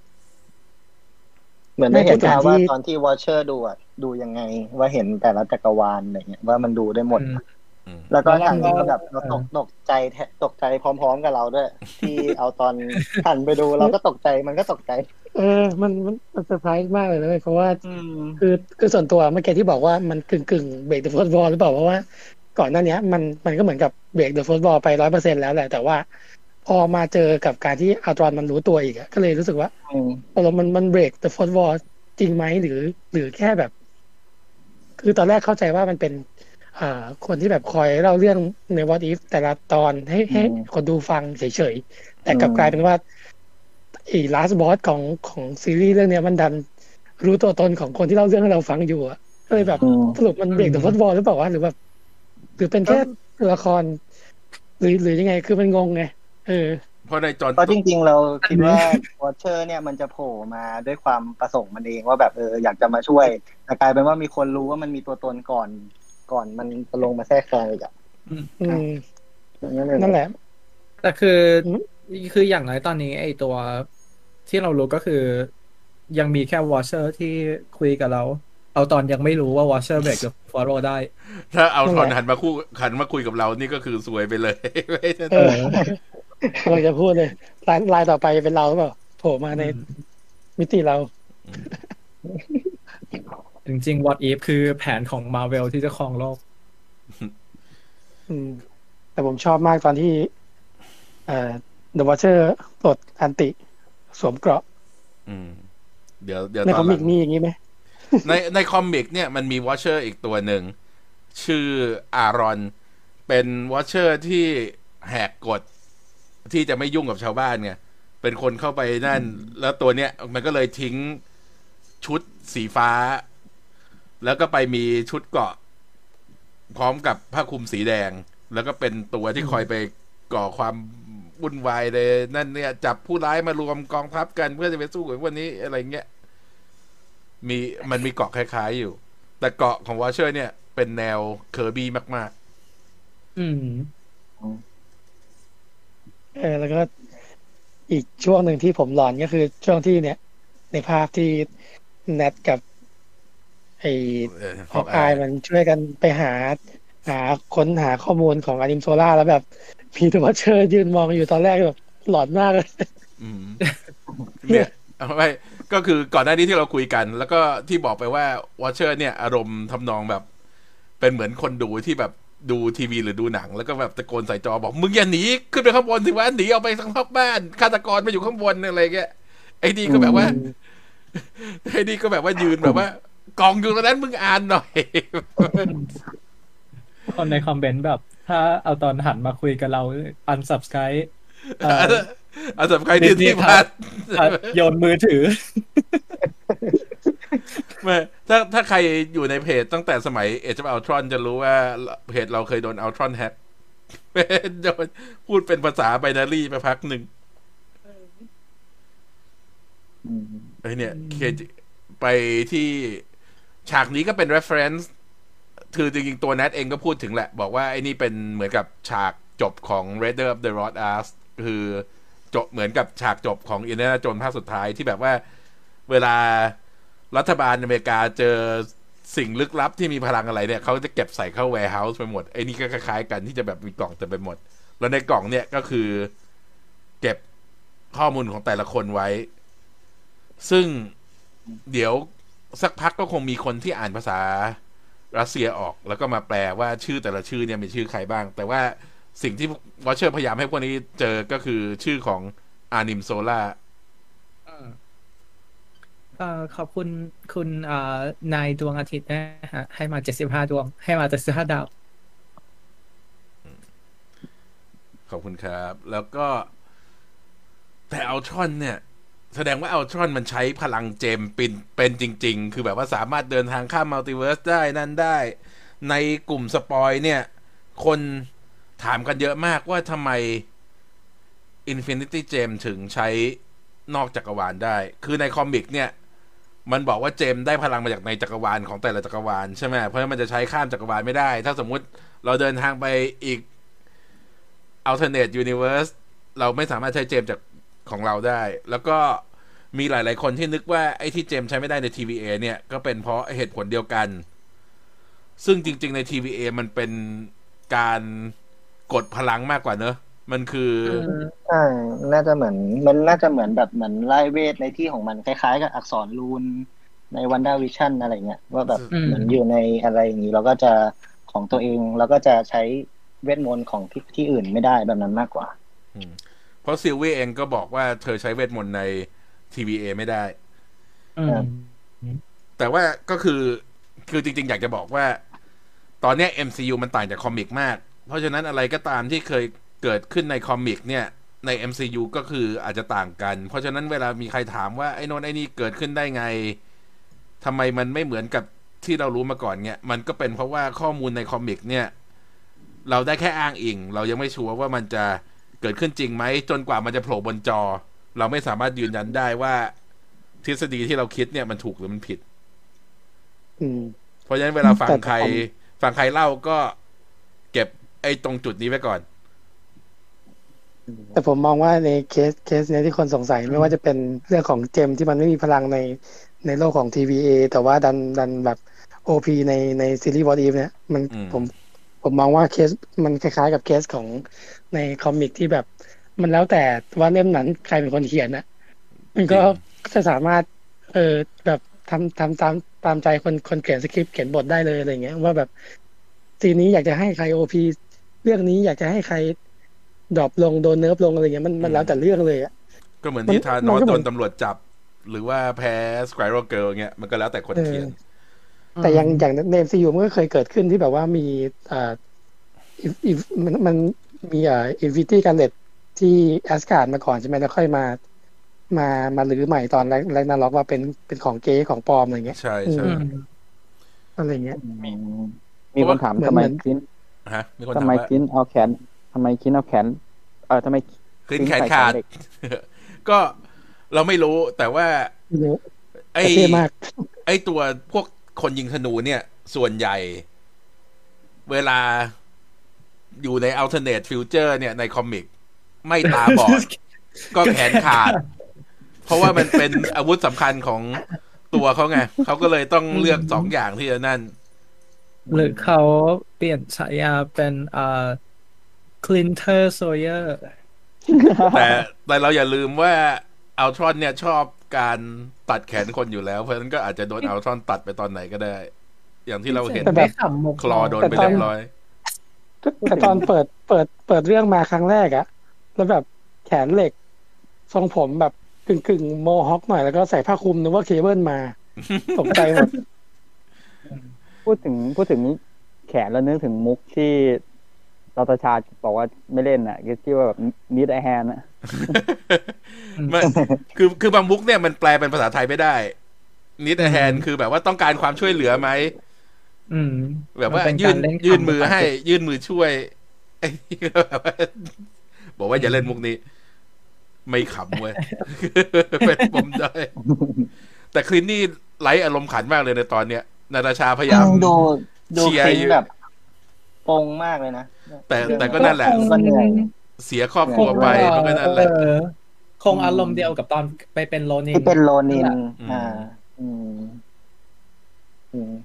เหมือนได้เห็นไม่พูดถึงภาพว่าที่ตอนที่วอชเชอร์ดูอ่ะดูยังไงว่าเห็นแต่ละจักรวาลอะไรเงี้ยว่ามันดูได้หมดอืมแล้วก็แล้วทางนี้ก็แบบเอเราอตกตกใจแทตกใจพร้อม ๆ กับเราด้วย ที่เอาตอนหันไปดูเราก็ตกใจมันก็ตกใจเออ มันมันมันเซอร์ไพรส์มากเลยนะเว้ยเพราะว่าอืมคือคือส่วนตัวเมื่อกี้ที่บอกว่ามันกึ่งกึ่งเบรกเดอะโฟร์วอลหรือเปล่าเพราะว่าก่อนหน้านี้มันมันก็เหมือนกับเบรกเดอะโฟร์วอลไปร้อยเปอร์เซ็นต์แล้วแหละแต่ว่า พอมาเจอกับการที่อัลตรอนมันรู้ตัวอีกอะก็เลยรู้สึกว่าอืมตกลงมันมันเบรกเดอะโฟร์วอลจริงไหมหรือ หรือแค่แบบ คือตอนแรกเข้าใจว่ามันเป็น อ่า คนที่แบบคอยเล่าเรื่องใน What If แต่ละตอนให้ให้อืมคนดูฟังเฉยๆแต่กลับอืมกลายเป็นว่าไอ้ last boss ของของซีรีส์เรื่องเนี้ยมันดันรู้ตัวตนของคนที่เล่าเรื่องให้เราฟังอยู่อะก็เลยแบบอืมสรุปมันเบรกเดอะโฟร์วอลหรือเปล่าวะหรือแบบหรือเป็นแค่ตัวละคร หรือหรือยังไงคือมันงงไงเออเพราะในจอนเพราะจริงๆเราคิดว่าวอชเชอร์เนี่ยมันจะโผล่มาด้วยความประสงค์มันเองว่าแบบเอออยากจะมาช่วย แต่กลายเป็นว่ามีคนรู้ว่ามันมีตัวตนก่อนก่อนมันจะลงมาแทรกแซงอีกอ่ะอืมอย่างนั้นเลยนั่นแหละแต่คืออืมคืออย่างน้อยตอนนี้ไอตัวที่เรารู้ก็คือ ยังมีแค่วอชเชอร์ที่คุยกับเรา เอาตอนยังไม่รู้ว่าวอชเชอร์เบรกกับฟอโรได้ถ้าเอาทอนนั่นแหละหันมาคู่หันมาคุยกับเรานี่ก็คือซวยไปเลยเออเราจะพูดเลยลายลายต่อไปเป็นเราหรือเปล่าผล่มาในมิติเราจริงๆ What If คือแผนของ Marvel ที่จะครองโลกอืมแต่ผมชอบมากตอนที่เอ่อ The Watcher ปลดอันติสวมเกราะอืมเดี๋ยวเดี๋ยวในตคออนหมิลักงมีอย่างนี้ไหมในในคอมิกเนี่ยมันมีวอชเชอร์อีกตัวหนึ่งชื่ออารอนเป็นวอชเชอร์ที่แหกกฎที่จะไม่ยุ่งกับชาวบ้านไงเป็นคนเข้าไปนั่น แล้วตัวเนี้ยมันก็เลยทิ้งชุดสีฟ้า แล้วก็ไปมีชุดเกราะพร้อมกับผ้าคลุมสีแดง แล้วก็เป็นตัวที่คอยไปก่อความวุ่นวายเลยนั่นเนี่ยจับผู้ร้ายมารวมกองทัพกันเพื่อจะไปสู้กับวันนี้อะไรเงี้ยมีมันมีเกาะคล้ายๆอยู่ แต่เกาะของวอชเชอร์เนี่ยเป็นแนวเคอร์บี้มากอืมเออแล้วก็อีกช่วงหนึ่งที่ผมหลอนก็คือช่วงที่เนี่ย ในภาพที่แนทกับไอ้ๆเออฮอกอายมันช่วยกันไปหา หาค้นหาข้อมูลของอนิมโซล่าแล้วแบบพีเตอร์วัชเชอร์ยืนมองอยู่ตอนแรกแบบหลอนมากเลยอืมเนี่ยเอาไว้ก็คือก่อนหน้านี้ที่เราคุยกัน แล้วก็ที่บอกไปว่าวอชเชอร์เนี่ยอารมณ์ทำนองแบบ เป็นเหมือนคนดูที่แบบดูทีวีหรือดูหนัง แล้วก็แบบตะโกนใส่จอบอกมึงอย่าหนีขึ้นไปข้างบนสิวะหนีออกไปข้างนอกบ้านฆาตกรมาอยู่ข้างบนอะไรเงี้ยไอ้นี่ก็แบบว่าไอ้นี่ก็แบบว่ายืนแบบว่ากองอยู่ตรงนั้นมึงอ่านหน่อยคนในคอมเมนต์แบบ ถ้าเอาตอนหันมาคุยกับเรา unsubscribe เอ่อเอาสำคัญที่ที่พัดโยนมือถือไม่ถ้าถ้าใครอยู่ในเพจตั้งแต่สมัย Age of Ultron จะรู้ว่าเพจเราเคยโดน Ultron hack โดนพูดเป็นภาษาไบนารีไปพักหนึ่งไอเนี่ยเคไปที่ฉากนี้ก็เป็น reference คือจริงๆตัวแนทเองก็พูดถึงแหละ บอกว่าไอ้นี่เป็นเหมือนกับฉากจบของ Raider of the Lost Ark คือจบเหมือนกับฉากจบของ Indiana Jones ภาคสุดท้ายที่แบบว่าเวลารัฐบาลอเมริกาเจอสิ่งลึกลับที่มีพลังอะไรเนี่ยเขาจะเก็บใส่เข้า warehouse ไปหมดไอ้นี่ก็คล้ายๆกันที่จะแบบมีกล่องเต็มไปหมดแล้วในกล่องเนี่ยก็คือเก็บข้อมูลของแต่ละคนไว้ซึ่งเดี๋ยวสักพักก็คงมีคนที่อ่านภาษารัสเซียออกแล้วก็มาแปลว่าชื่อแต่ละชื่อเนี่ยมีชื่อใครบ้างแต่ว่าสิ่งที่วอชเชอร์พยายามให้พวกนี้เจอก็คือชื่อของอานิมโซล่าเอ่อขอบคุณคุณเอ่อนายดวงอาทิตย์นะฮะให้มาเจ็ดสิบห้าดวงให้มาเจ็ดสิบห้าดาวขอบคุณครับ แล้วก็แต่อัลทรอนเนี่ยแสดงว่าอัลทรอนมันใช้พลังเจมเป็นเป็นจริงๆคือแบบว่าสามารถเดินทางข้ามมัลติเวิร์สได้นั่นได้ในกลุ่มสปอยเนี่ยคนถามกันเยอะมากว่าทำไม Infinity Gem ถึงใช้นอกจักรวาลได้คือในคอมิกเนี่ยมันบอกว่าเจมได้พลังมาจากในจักรวาลของแต่ละจักรวาลใช่ไหมเพราะฉะนั้นมันจะใช้ข้ามจักรวาลไม่ได้ถ้าสมมุติเราเดินทางไปอีก alternate universe เราไม่สามารถใช้เจมจากของเราได้แล้วก็มีหลายๆคนที่นึกว่าไอ้ที่เจมใช้ไม่ได้ใน ที วี เอ เนี่ยก็เป็นเพราะเหตุผลเดียวกันซึ่งจริงๆใน ที วี เอ มันเป็นการกดพลังมากกว่าเนอะมันคือใช่น่าจะเหมือนมันน่าจะเหมือนแบบเหมือนไล่เวทในที่ของมันคล้ายๆกับอักษรรูนใน WandaVision อะไรเงี้ยว่าแบบเหมือนอยู่ในอะไรอย่างนี้เราก็จะของตัวเองเราก็จะใช้เวทมนต์ของที่ที่อื่นไม่ได้แบบนั้นมากกว่าเพราะซิลวี่เองก็บอกว่าเธอใช้เวทมนต์ใน ที วี เอ ไม่ได้แต่ว่าก็คือคือจริงๆอยากจะบอกว่าตอนนี้ เอ็ม ซี ยู มันต่างจากคอมิกมากเพราะฉะนั้นอะไรก็ตามที่เคยเกิดขึ้นในคอมิกเนี่ยใน เอ็ม ซี ยู ก็คืออาจจะต่างกันเพราะฉะนั้นเวลามีใครถามว่าไอ้โน้นไอ้นี่เกิดขึ้นได้ไงทำไมมันไม่เหมือนกับที่เรารู้มาก่อนเนี่ยมันก็เป็นเพราะว่าข้อมูลในคอมิกเนี่ยเราได้แค่อ้างอิงเรายังไม่ชัวร์ว่ามันจะเกิดขึ้นจริงไหมจนกว่ามันจะโผล่บนจอเราไม่สามารถยืนยันได้ว่าทฤษฎีที่เราคิดเนี่ยมันถูกหรือมันผิดเพราะฉะนั้นเวลาฟังใครฟังใครเล่าก็เก็บไอ้ตรงจุดนี้ไว้ก่อนแต่ผมมองว่าในเคสเคสนี้ที่คนสงสัยไม่ว่าจะเป็นเรื่องของเจมที่มันไม่มีพลังในในโลกของ ที วี เอ แต่ว่าดันดันแบบ โอ พี ในในซีรีส์ What If เนี่ยมันผมผมมองว่าเคสมันคล้ายๆกับเคสของในคอมิกที่แบบมันแล้วแต่ว่าเล่มนั้นใครเป็นคนเขียนนะมันก็จะสามารถ เออแบบทำทำตามตามใจคนคนเขียนสคริปต์เขียนบทได้เลยอะไรเงี้ยว่าแบบซีนนี้อยากจะให้ใครโอพีเรื่องนี้อยากจะให้ใครดรอปลงโดนเนิร์ฟลงอะไรเงี้ยมันมันแล้วแต่เรื่องเลยอ่ะก็เหมือนที่มันทานมัอน สก็เหโดมือนนตำรวจจับ หรือว่าแพ้สไ u โรเกิลเงี้ยมันก็แล้วแต่คนเออเขียนแต่อย่างอย่างใน เอ็ม ซี ยู มันก็เคยเกิดขึ้นที่แบบว่ามีอ่าอีอีมันมันมีอ่าอินฟินิตี้การ์เล็ตที่แอสการ์ดมาก่อนใช่ไหมแล้วค่อยมา มามาลื้อใหม่ตอนแรกแรกนาล็อกว่าเป็นเป็นของเก๊ของปลอมอะไรเงี้ยใช่ใช่อืม อะไรเงี้ยมีมีคนถามเหมือนทำไมเหมือนคินฮะมีคนทำถามไมว่าคินเอาแขนทำไมคินเอาแขนเออทำไมขึ้นคิแขนใส่ขาดเหล็กก็เราไม่รู้แต่ว่าไม่รู้ไอ้แต่เท่มากไอ้ตัวพวกคนยิงธนูเนี่ย ส่วนใหญ่ เวลาอยู่ใน alternate future เนี่ยในคอมิก ไม่ตาบอด ก็แขนขาด เพราะว่ามันเป็นอาวุธสำคัญของตัวเขาไง เขาก็เลยต้องเลือกสองอย่างที่จะนั่นหรือเขาเปลี่ยนฉายาเป็นอ่าคลินเตอร์โซเยอร์แต่แต่เราอย่าลืมว่าอัลทรอนเนี่ยชอบการตัดแขนคนอยู่แล้ว เพราะฉะนั้นก็อาจจะโดนอัลทรอนตัดไปตอนไหนก็ได้ อย่างที่เราเห็นแต่แบบไม่ขำมุกคลอโดนไปเรียบร้อยแต่ตอนเปิดเปิดเปิดเรื่องมาครั้งแรกอะแล้วแบบแขนเหล็ก ทรงผมแบบกึ่งกึ่งโมฮอคหน่อยแล้วก็ใส่ผ้าคลุมนึกว่าเคเบิลมาตกใจหมดพูดถึงพูดถึงแขนแล้วนึกถึงมุกที่ตตชาบอกว่าไม่เล่นอ่ะที่ว่าแบบนิดไอแฮนอ่ะมันคือคือบางมุกเนี่ยมันแปลเป็นภาษาไทยไม่ได้นิดแฮนคือแบบว่าต้องการความช่วยเหลือไหมอืมแบบว่ามัเป็ยื่นการเล่ยื่นคำมือให้ภาษาอังกฤษยื่นมือช่วย ไอ้นี่ก็แบบว่าบอกว่าอย่าเล่นมุกนี้ ไม่ขำเว้ย เป็นผมได้ แต่คลินนี่ไร้อารมณ์ขันมากเลยในตอนเนี้ยนาตาชาพยายามดูดูเชียร์คลินอยู่แบบปงมากเลยนะแต่แต่ก็นั่นแหละก็เหนื่อยเสียครอบครัวไปมันก็นั่นแหละเออคงอารมณ์เดียวกับตอนไปเป็นโลนินที่เป็นโลนินนั่นแหละอ่า อืมอืม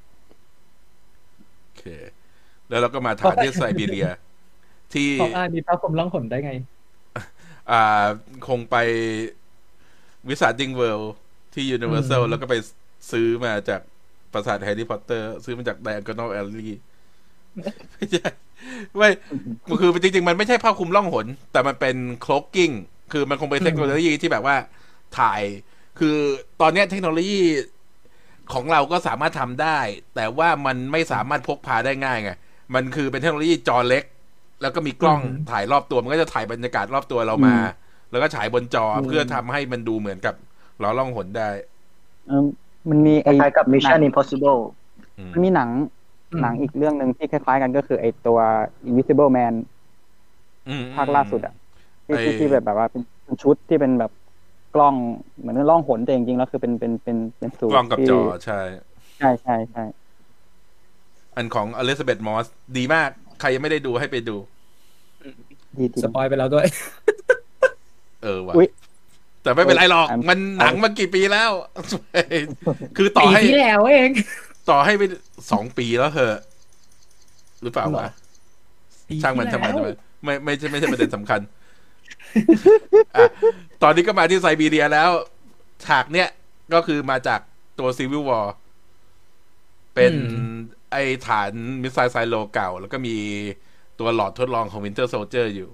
โอเค แล้วเราก็มาฐานที่ไซบีเรีย ที่ของอ่านมีพระพรหมล่องหนได้ไงอ่าคงไปวิสาดิงเวิลด์ที่ยูนิเวอร์แซลอืมแล้วก็ไปซื้อมาจากปราสาทแฮร์รี่พอตเตอร์ซื้อมาจากไดอะกอนอลแอลลี่ไม่ใช่ไม่คือจริงๆ มันไม่ใช่ผ้าคลุมล่องหน แต่มันเป็นโคลกกิ้งคือมันคงเป็นเทคโนโลยีที่แบบว่าถ่าย คือตอนเนี้ยเทคโนโลยีของเราก็สามารถทำได้ แต่ว่ามันไม่สามารถพกพาได้ง่ายไง มันคือเป็นเทคโนโลยีจอเล็ก แล้วก็มีกล้องอืมถ่ายรอบตัวมันก็จะถ่ายบรรยากาศรอบตัวเรามา แล้วก็ฉายบนจอเพื่อทำให้มันดูเหมือนกับล้อล่องหนได้เออมันมีคไอ้ล้ายๆกับหนั Mission ง Impossible อืมมันมีหนังอืมหนังอีกเรื่องหนึ่งที่คล้ายๆกันก็คือไอ้ตัว Invisible Man อืมภาคล่าสุดอ่ะที่ไอ้ที่ที่แบบแบบว่าเป็นชุดที่เป็นแบบกล้องเหมือนล่องหนแต่จริงๆแล้วคือเป็นเป็นเป็นเป็นสูตกล้องกับที่จอใช่ใช่ใช่ใช่อันของอลิซาเบธมอสดีมาก ใครยังไม่ได้ดูให้ไปดูดีจริงสปอยไปแล้วด้วยเออว่ะอุ๊ยแต่ไม่เป็นไรหรอก I'm- มันหนังมากี่ปีแล้ว คือต่อปีให้ที่แล้วเองต่อให้ไปสองปีแล้วเถอะหรือเปล่าหรวะอช่างมันปีทำไมที่ทำแล้วไมไม่ไม่ใช่ไม่ใช่ประเด็นสำคัญ อ่ะตอนนี้ก็มาที่ไซบีเรียแล้ว ฉากเนี้ยก็คือมาจากตัวซีวิลวอร์เป็นอืมไอฐานมิสไซล์ไซโลเก่า แล้วก็มีตัวหลอดทดลองของวินเตอร์โซลเจอร์อยู่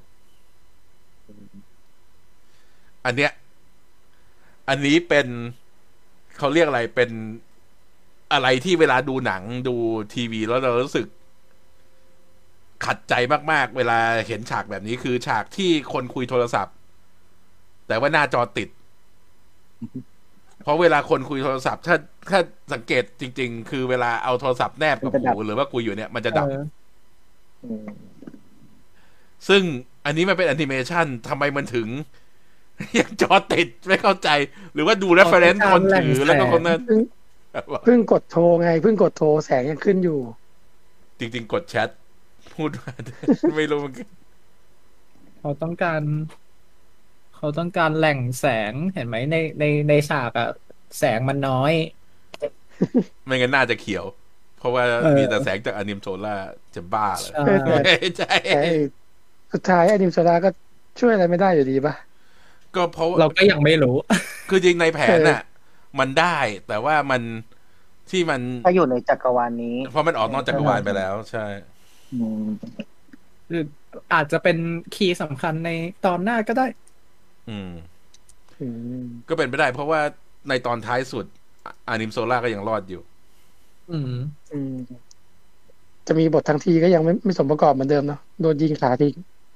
อันเนี้ย อันนี้เป็นเขาเรียกอะไรเป็นอะไรที่เวลาดูหนังดูทีวีแล้วเรารู้สึก ขัดใจมากๆ เวลาเห็นฉากแบบนี้คือฉากที่คนคุยโทรศัพท์ แต่ว่าหน้าจอติด เพราะเวลาคนคุยโทรศัพท์ ถ้าถ้าสังเกตจริง ๆ คือเวลาเอาโทรศัพท์แนบกับหูหรือว่าคุยอยู่เนี่ยมันจะดับเอออืมซึ่งอันนี้มันเป็นแอนิเมชันทำไมมันถึง ยังจอติดไม่เข้าใจ หรือว่าดู reference คนถือแล้วก็คนนั้นเพิ่งเพิ่งกดโทรไงเพิ่งกดโทรแสงยังขึ้นอยู่จริง ๆ กดแชทพูดมา ไม่รู้มันเขาต้องการ เขาต้องการแหล่งแสงเห็นไหมในในในฉากอะแสงมันน้อยไม่งั้นน่าจะเขียว เพราะว่าเออมีแต่แสงจากอนิมโซล่าจะบ้าเลยใช่ใช่แต่สุดท้ายอนิมโซดาก็ช่วยอะไรไม่ได้อยู่ดีป่ะก็เพราะเราก็ยังไม่รู้คือจริงในแผนน่ะ มันได้ แต่ว่ามันที่มันถ้าอยู่ในจักรวาลนี้เพราะมันออกนอกจักรวาลไปแล้ว ใช่อืมหรืออาจจะเป็นคีย์สำคัญในตอนหน้าก็ได้อืมอืมก็เป็นไปได้ เพราะว่าในตอนท้ายสุดอานิมโซล่าก็ยังรอดอยู่อืมอืม จะมีบททั้งทีก็ยังไม่ไม่สมประกอบเหมือนเดิมเนาะโดนยิงขาทิ้ง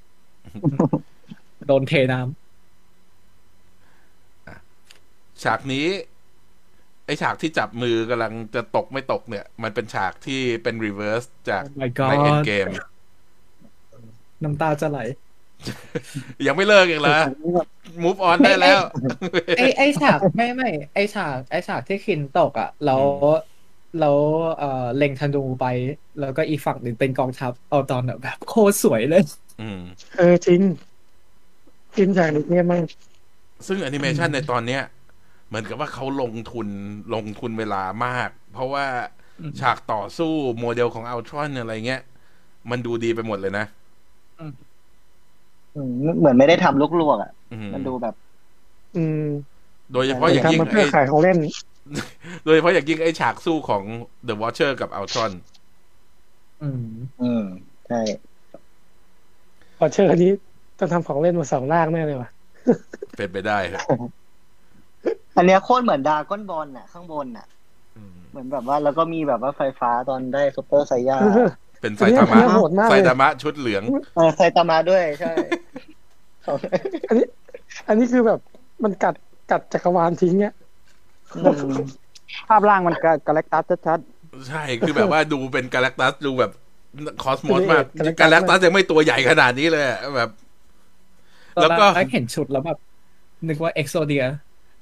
โดนเทน้ฉากนี้ ไอฉากที่จับมือกำลังจะตกไม่ตกเนี่ย มันเป็นฉากที่เป็นรีเวิร์สจากำ my ในเอ็น god เกมน้ำตาจะไหลยังไม่เลิกอีกเหรอ move on ได้แล้วไอไอฉากไม่ไม่ไอฉากไอฉากที่คินตกอ่ะแล้วแล้วเอ่อเล็งธนูไป แล้วก็อีกฝั่งหนึ่งเป็นกองทัพเอาตอนแบบโคตรสวยเลยอืมเออจริงจริงจากนี้เนี่ยมันซึ่งแอนิเมชันในตอนเนี้ย เหมือนกับว่าเขาลงทุนลงทุนเวลามาก เพราะว่าอืมฉากต่อสู้โมเดลของอัลตรอนอะไรเงี้ย มันดูดีไปหมดเลยนะอืมเหมือนไม่ได้ทำลุกลวกอ่ะอืมมันดูแบบอืมโดยเฉพาะอย่างยิ่งทำมาเพื่ไอ้อขายของเล่นโดยเฉพาะอย่างยิ่งไอ้ฉากสู้ของ The Watcher กับอัลตรอนอืมอืมใช่พอเชอร์นี้ต้องทำของเล่นมาสองล่างแน่เลยว่ะเป็นไปได้ครับอันเนี้ยโคตรเหมือนดราก้อนบอลน่ะ ข้างบนน่ะอืมเหมือนแบบว่าแล้วก็มีแบบว่าไฟฟ้าตอนได้ซุปเปอร์ไซย่าเป็นไซตามะอันนี้โหดมากเลยไซตามะชุดเหลืองเออไซตามะด้วยใช่อันนี้ อันนี้คือแบบมันกัดกัดจักรวาลทิ้งเนี่ยอืมภาพล่างมันกาแล็กตัสชัดใช่ คือแบบว่าดูเป็นกาแล็กตัสดูแบบคอสโมสมากเป็นกาแล็กตัสยังไม่ตัวใหญ่ขนาดนี้เลยอะแบบตอนแล้วแรก็กเห็นชุดแล้วแบบนึกว่าเอ็กโซเดีย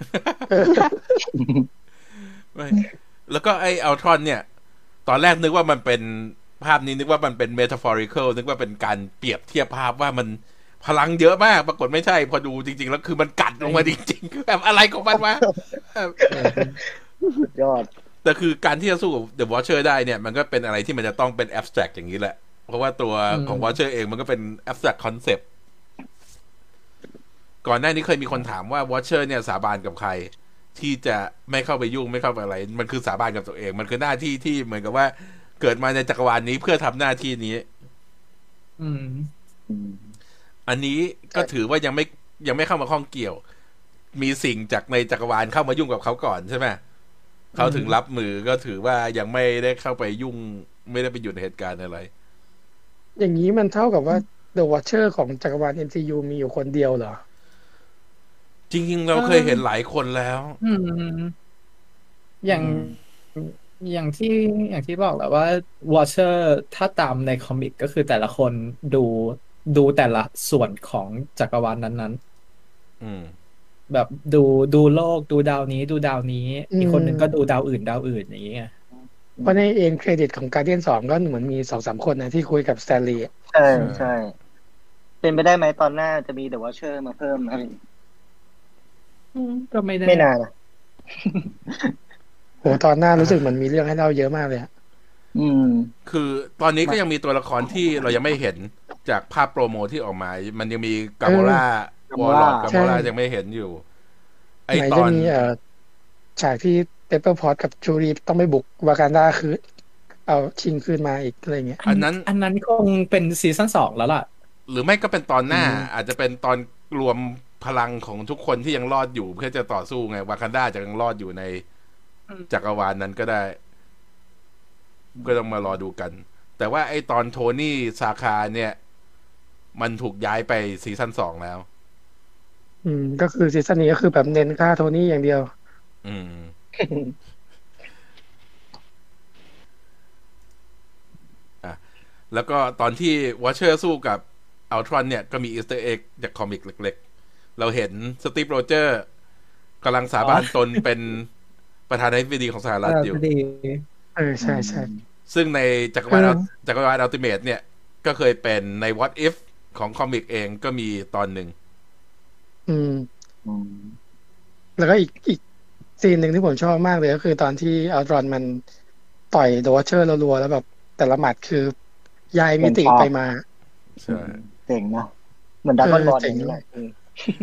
ไม่แล้วก็ไออัลตรอนเนี่ย ตอนแรกนึกว่ามันเป็นภาพนี้นึกว่ามันเป็น metaphorical นึกว่าเป็นการเปรียบเทียบภาพว่ามันพลังเยอะมาก ปรากฏไม่ใช่ พอดูจริง ๆ แล้วคือมันกัดลงมาจริงๆคือแบบอะไรของมันวะสุดยอดแต่คือการที่จะสู้กับ The Watcher ได้เนี่ย มันก็เป็นอะไรที่มันจะต้องเป็น abstract อย่างนี้แหละ เพราะว่าตัวอืมของ Watcher เองมันก็เป็น abstract concept ก่อนหน้านี้เคยมีคนถามว่า Watcher เนี่ยสาบานกับใคร ที่จะไม่เข้าไปยุ่งไม่เข้าไปอะไร มันคือสาบานกับตัวเอง มันคือหน้าที่ที่เหมือนกับว่าเกิดมาในจักรวาลนี้เพื่อทำหน้าที่นี้อืมอันนี้ก็ถือว่ายังไม่ยังไม่เข้ามาข้องเกี่ยว มีสิ่งจากในจักรวาลเข้ามายุ่งกับเขาก่อนใช่ไหมเขาถึงรับมือก็ถือว่ายังไม่ได้เข้าไปยุ่งไม่ได้ไปอยู่ในเหตุการณ์อะไรอย่างนี้มันเท่ากับว่า The Watcher ของจักรวาล เอ็ม ซี ยู มีอยู่คนเดียวเหรอจริงๆเราเคยเห็นหลายคนแล้วอืม อย่างอย่างที่อย่างที่บอกแหละว่า Watcher ถ้าตามในคอมิกก็คือแต่ละคนดูดูแต่ละส่วนของจักรวาลนั้นอืมๆ แบบดูดูโลกดูดาวนี้ ดูดาวนี้อืมอีกคนหนึ่งก็ดูดาวอื่นดาวอื่นอย่างเงี้ยเพราะในเอ็นเครดิตของ Guardian สองก็เหมือนมีสองสามคนนะที่คุยกับ Stanley อะใช่ใช่ เป็นไปได้ไหมตอนหน้าจะมีเดอะวอชเชอร์มาเพิ่มอะไรอืมก็ไม่ได้ไม่นานนะโหตอนหน้ารู้สึกเหมือนมีเรื่องให้เล่าเยอะมากเลยอะอืมคือตอนนี้ก็ยังมีตัวละครที่เรายังไม่เห็นจากภาพโปรโมที่ออกมา มันยังมีกาโมล่าวอลล็อกกาโมล่ายังไม่เห็นอยู่ ไอไหนตอจะนมีเอ่อฉากที่เปเปอร์พอตกับจูรีต้องไปบุกวากันดาคือ เอาชิงคืนมาอีกอะไรเงี้ยอันนั้นอันนั้นคงเป็นซีซั่นสองแล้วล่ะหรือไม่ก็เป็นตอนหน้าอืมอาจจะเป็นตอนรวมพลังของทุกคนที่ยังรอดอยู่เพื่อจะต่อสู้ไงวากันดาจะยังรอดอยู่ในอืมจักรวาลนั้นก็ได้ ก็ต้องมารอดูกัน แต่ว่าไอ้ตอนโทนี่ซาคาเนี่ย มันถูกย้ายไปซีซั่นสองแล้วอืมก็คือซีซั่นนี้ก็คือแบบเน้นฆ่าโทนี่อย่างเดียวอืม อ่ะแล้วก็ตอนที่วอชเชอร์สู้กับอัลตรอนเนี่ยก็มีอีสเตอร์เอ็กจากคอมิกเล็กๆ เราเห็นสตีฟโรเจอร์กำลังสาบานตนเป็นประธานาธิบดีของสหรัฐอยู่พอดีเออใช่ใช่ซึ่งในจักรวาลเออจักรวาลอัลติเมทเนี่ย ก็เคยเป็นใน What If ของคอมิกเองก็มีตอนหนึ่งอืมอืมแล้วก็อีกอีกซีนหนึ่งที่ผมชอบมากเลยก็คือตอนที่อัลตรอนมันต่อยเดอะวอชเชอร์รัวๆแล้วแบบแต่ละหมัดคือย้ายมิติไปมาใช่เจ๋งนะเหมือนดราก้อนบอลเออเจ๋งนี่แหละอืม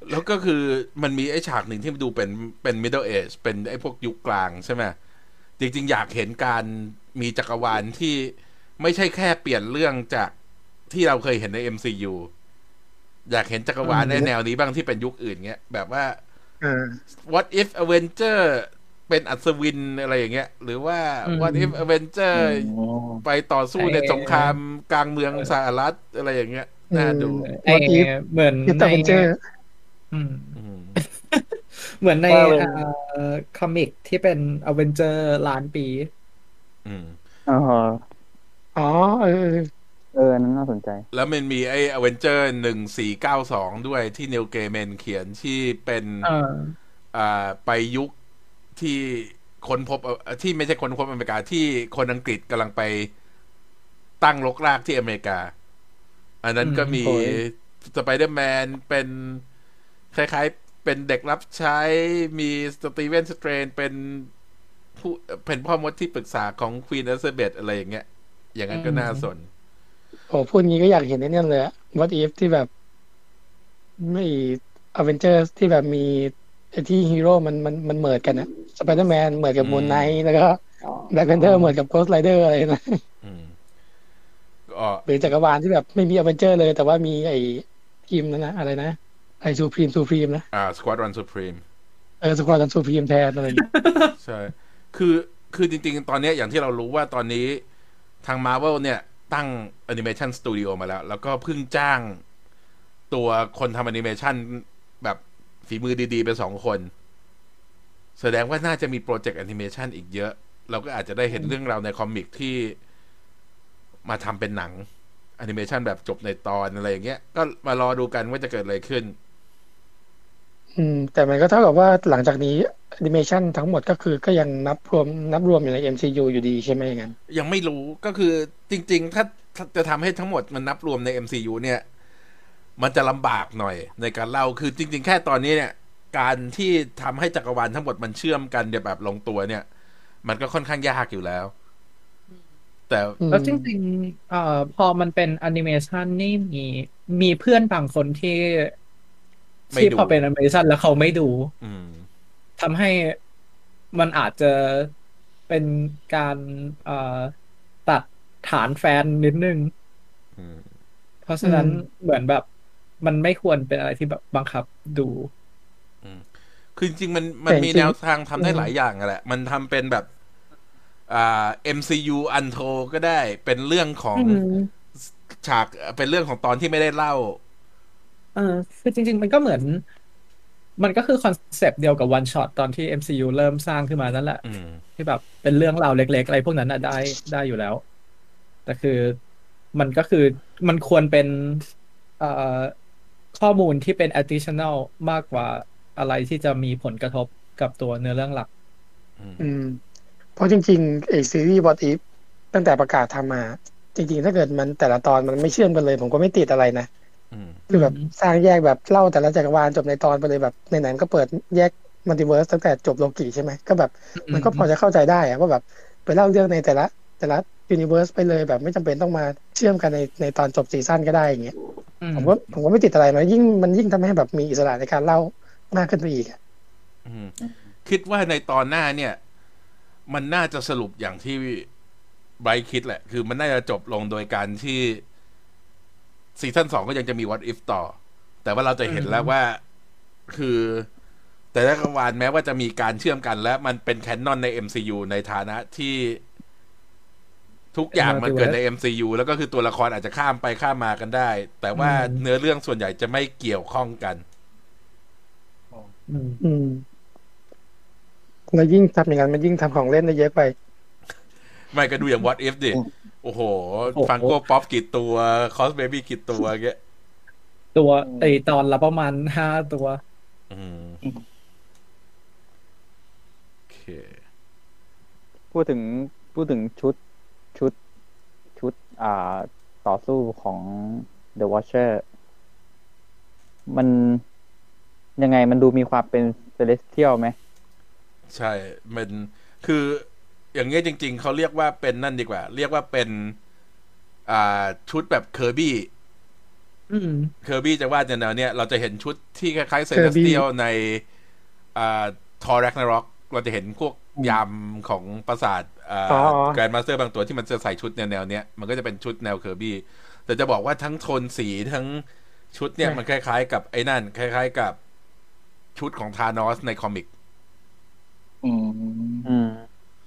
แล้วก็คือมันมีไอ้ฉากหนึ่งที่มันดูเป็นเป็น middle age เป็นไอ้พวกยุคกลางใช่ไหมจริงๆอยากเห็นการมีจักรวาลที่ไม่ใช่แค่เปลี่ยนเรื่องจากที่เราเคยเห็นใน เอ็ม ซี ยู อยากเห็นจักรวาลในแนวนี้บ้างที่เป็นยุคอื่นเงี้ยแบบว่าอ่า What if Avenger เป็นอัศวินอะไรอย่างเงี้ยหรือว่าอืม What if Avenger อ๋อไปต่อสู้ในสงครามกลางเมืองสหรัฐอะไรอย่างเงี้ยน่าดูไอ้ What if เหมือน If ใน Avenger อืมอืมเหมือนในว่าเป็นเอ่อคอมิกที่เป็นอเวนเจอร์ล้านปีอืมอ๋ออ๋อเออเอออันนั้นน่าสนใจแล้วมันมีไอ้อเวนเจอร์หนึ่งสี่เก้าสองด้วยที่นิวเกเมนเขียนที่เป็นเอออ่าไปยุคที่ค้นพบเอ่อที่ไม่ใช่ค้นพบอเมริกาที่คนอังกฤษกำลังไปตั้งรกรากที่อเมริกา อันนั้นก็มีโอ้ยสไปเดอร์แมนเป็นคล้ายๆเป็นเด็กรับใช้มีสตีเวนสเตรนเป็นผู้เป็นพ่อมดที่ปรึกษาของควีนอลิซาเบธอะไรอย่างเงี้ย อย่างนั้นก็น่าสนโอ้พูดงี้ก็อยากเห็นไอ้เนี่ยเลยอะ What if ที่แบบไม่อเวนเจอร์ที่แบบมีไอ้ที่ฮีโร่มันมันมันเหมือนกันอะสไปเดอร์แมนเหมือนกับอืมมูนไนท์แล้วก็แบล็กแพนเทอร์เหมือนกับโกสต์ไรเดอร์อะไรนะอืมก็หรือจักรวาลที่แบบไม่มีอเวนเจอร์เลย แต่ว่ามีไอ้ทีมนั้นนะอะไรนะไอ้ซูพรีมซูพรีมนะอ่าสควอดรันซูพรีมเออสควอตันซูพรีมแทนอะไรอย่างเงี้ยใช่ คือ คือจริงๆ ตอนนี้อย่างที่เรารู้ว่าตอนนี้ทาง Marvel เนี่ย ตั้ง Animation Studio มาแล้ว แล้วก็เพิ่งจ้างตัวคนทำแอนิเมชันแบบฝีมือดีๆ ไปสองคน แสดงว่าน่าจะมีโปรเจกต์แอนิเมชันอีกเยอะ เราก็อาจจะได้เห็นเรื่องราวในคอมิกที่มาทำเป็นหนังแอนิเมชันแบบจบในตอนอะไรอย่างเงี้ย ก็มารอดูกันว่าจะเกิดอะไรขึ้นอืมแต่มันก็เท่ากับว่าหลังจากนี้แอนิเมชันทั้งหมดก็คือก็ยังนับรวมนับรวมอยู่ใน เอ็ม ซี ยู อยู่ดีใช่ไหมอย่างนั้นยังไม่รู้ก็คือจริงๆ ถ้าถ้าจะทำให้ทั้งหมดมันนับรวมใน เอ็ม ซี ยู เนี่ย มันจะลำบากหน่อยในการเล่าคือจริงๆ แค่ตอนนี้เนี่ย การที่ทำให้จักรวาลทั้งหมดมันเชื่อมกันแบบลงตัวเนี่ย มันก็ค่อนข้างยากอยู่แล้ว แต่อืมแล้วจริงๆเอ่อพอมันเป็นแอนิเมชันนี่มีมีเพื่อนบางคนที่ไม่ที่ดูพอเป็นแอนิเมชันแล้วเขาไม่ดูอืมทำให้มันอาจจะเป็นการเอ่อตัดฐานแฟนนิดนึงอืมเพราะฉะนั้นอืมเหมือนแบบมันไม่ควรเป็นอะไรที่แบบบังคับดูคือจริงๆ มันมันแต่จริงๆมีแนวทางทำได้อืมหลายอย่างอะแหละ มันทำเป็นแบบ อ่า เอ็ม ซี ยู อันโทก็ได้ เป็นเรื่องของฉาก เป็นเรื่องของตอนที่ไม่ได้เล่าเออคือจริงๆ มันก็เหมือน มันก็คือคอนเซปต์เดียวกับวันช็อตตอนที่ เอ็ม ซี ยู เริ่มสร้างขึ้นมานั่นแหละอืมที่แบบเป็นเรื่องราวเล็กๆ อะไรพวกนั้นน่ะได้ได้อยู่แล้ว แต่คือมันก็คือมันควรเป็นเอ่อข้อมูลที่เป็น additional มากกว่าอะไรที่จะมีผลกระทบกับตัวเนื้อเรื่องหลักอืมเพราะจริงๆไอ้ซีรีส์ What If ตั้งแต่ประกาศทำมา จริงๆ ถ้าเกิดมันแต่ละตอนมันไม่เชื่อมกันเลย ผมก็ไม่ติดอะไรนะอืมคือแบบอืมสร้างแยกแบบเล่าแต่ละจักรวาลจบในตอนไปเลยแบบในนั้นก็เปิดแยกมัลติเวิร์สตั้งแต่จบโลกิใช่ไหมก็แบบมันก็พอจะเข้าใจได้อะว่าแบบไปเล่าเรื่องในแต่ละ แต่ละยูนิเวิร์สไปเลยแบบไม่จำเป็นต้องมาเชื่อมกันในในตอนจบซีซั่นก็ได้อย่างเงี้ยอืมผมก็ผมก็ไม่ติดอะไรนะยิ่งมันยิ่งทำให้แบบมีอิสระในการเล่ามากขึ้นไปอีกอะอืม คิดว่าในตอนหน้าเนี่ย มันน่าจะสรุปอย่างที่ไบรท์คิดแหละ คือมันน่าจะจบลงโดยการที่ซีซั่นสองก็ยังจะมี What If ต่อ แต่ว่าเราจะเห็นแล้วว่าคือ แต่ละจักรวาลแม้ว่าจะมีการเชื่อมกันและมันเป็นแคนนอนใน เอ็ม ซี ยู ในฐานะที่ทุกอย่างมันเกิดใน เอ็ม ซี ยู แล้วก็คือตัวละครอาจจะข้ามไปข้ามมากันได้ แต่ว่าเนื้อเรื่องส่วนใหญ่จะไม่เกี่ยวข้องกันอืมอืมแล้วยิ่งทำอย่างนั้นมันยิ่งทำของเล่นได้เยอะไปไม่ก็ดูอย่าง What If ดิ โอ้โห ฟังโก้ป๊อปกี่ตัวคอสเบบี้กี่ตัวเงี้ยตัวไอตอนละประมาณห้าตัวอืมโอเคพูดถึงพูดถึงชุดชุดชุด อ่า ต่อสู้ของ The Watcher มันยังไงมันดูมีความเป็น Celestial ไหมใช่ มันคืออย่างเงี้ยจริงๆ เขาเรียกว่าเป็นนั่นดีกว่า เรียกว่าเป็น อ่า ชุดแบบเคอร์บี้อืมเคอร์บี้จะวาดแนวเนี้ยเราจะเห็นชุดที่คล้ายๆเซเลส Kirby เตียลในอ่าทอร์แร็กนาร็อกเราจะเห็นพวกยามของปราสาทอ่อ๋อาแกรนด์มาสเตอร์บางตัวที่มันจะใส่ชุดแนวๆเนี้ยมันก็จะเป็นชุดแนวเคอร์บี้แต่จะบอกว่าทั้งโทนสีทั้งชุดเนี่ยใช่มันคล้ายๆกับไอ้นั่นคล้ายๆกับชุดของธานอสในคอมิกอืมอืม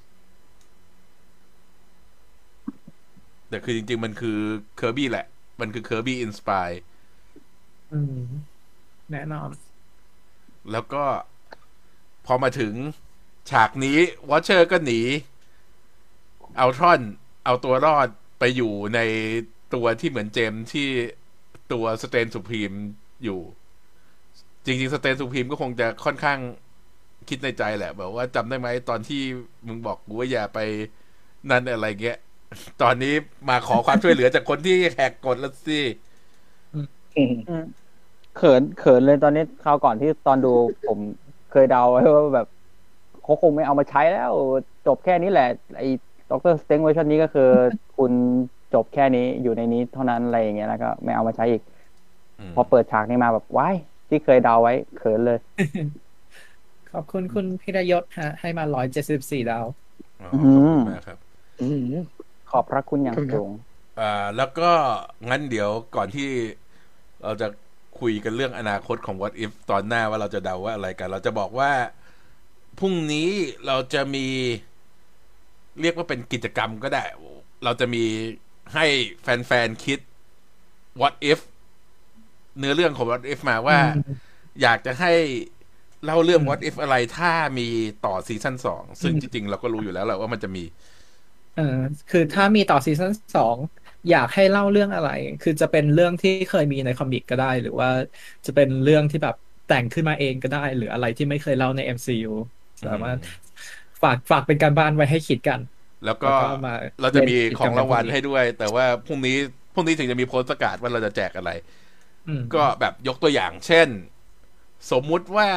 แต่คือจริงๆมันคือเคอร์บี้แหละมันคือเคอร์บี้อินสปายอืมแน่นอนแล้วก็พอมาถึงฉากนี้วอชเชอร์ก็หนีเอาทรอนเอาตัวรอดไปอยู่ในตัวที่เหมือนเจมส์ที่ตัวสเตนสุพรีมอยู่ จริงๆสเตนสุพรีมก็คงจะค่อนข้างคิดในใจแหละแบบว่าจำได้ไหมตอนที่มึงบอกกูว่าอย่าไปนั่นอะไรเงี้ย ตอนนี้มาขอความช่วยเหลือจากคนที่แหกกฎแล้วสิอืมอืมเขินเขินเลยตอนนี้คราวก่อนที่ตอนดูผมเคยเดาไว้ว่าแบบเขาคงไม่เอามาใช้แล้ว จบแค่นี้แหละไอ้ด็อกเตอร์สเต็งเวอร์ชันนี้ก็คือ คุณจบแค่นี้อยู่ในนี้เท่านั้นอะไรอย่างเงี้ยแล้วก็ไม่เอามาใช้อีกอืมพอเปิดฉากนี้มาแบบว้ายที่เคยเดาไว้เขินเลยขอบคุณคุณพิรยศฮะให้มาร้อยเจ็ดสิบสี่ดาวอ๋อขอบคุณมากครับอืมขอบพระคุณอย่างสูงอ่าแล้วก็งั้นเดี๋ยวก่อนที่เราจะคุยกันเรื่องอนาคตของ What If ตอนหน้าว่าเราจะเดาว่าอะไรกัน เราจะบอกว่าพรุ่งนี้เราจะมีเรียกว่าเป็นกิจกรรมก็ได้ เราจะมีให้แฟนๆคิด What If เนื้อเรื่องของ What If มาว่าอืมอยากจะให้เล่าเรื่องอืม What If อะไรถ้ามีต่อซีซั่นสองซึ่งจริงๆเราก็รู้อยู่แล้วแหละว่ามันจะมีเออคือถ้ามีต่อซีซั่นสองอยากให้เล่าเรื่องอะไร คือจะเป็นเรื่องที่เคยมีในคอมิกก็ได้ หรือว่าจะเป็นเรื่องที่แบบแต่งขึ้นมาเองก็ได้ หรืออะไรที่ไม่เคยเล่าใน เอ็ม ซี ยู สามารถฝากฝากเป็นการบ้านไว้ให้คิดกันแล้วก็แล้วก็มาเราจะมีเล่นกิจขกรอรมงรางวัลกันพรุ่งนี้ให้ด้วย แต่ว่าพรุ่งนี้พรุ่งนี้ถึงจะมีโพสต์ประกาศว่าเราจะแจกอะไรอืมก็แบบยกตัวอย่างเช่น สมมุติว่า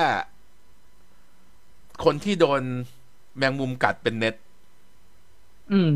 คนที่โดนแมงมุมกัดเป็นเน็ตอืม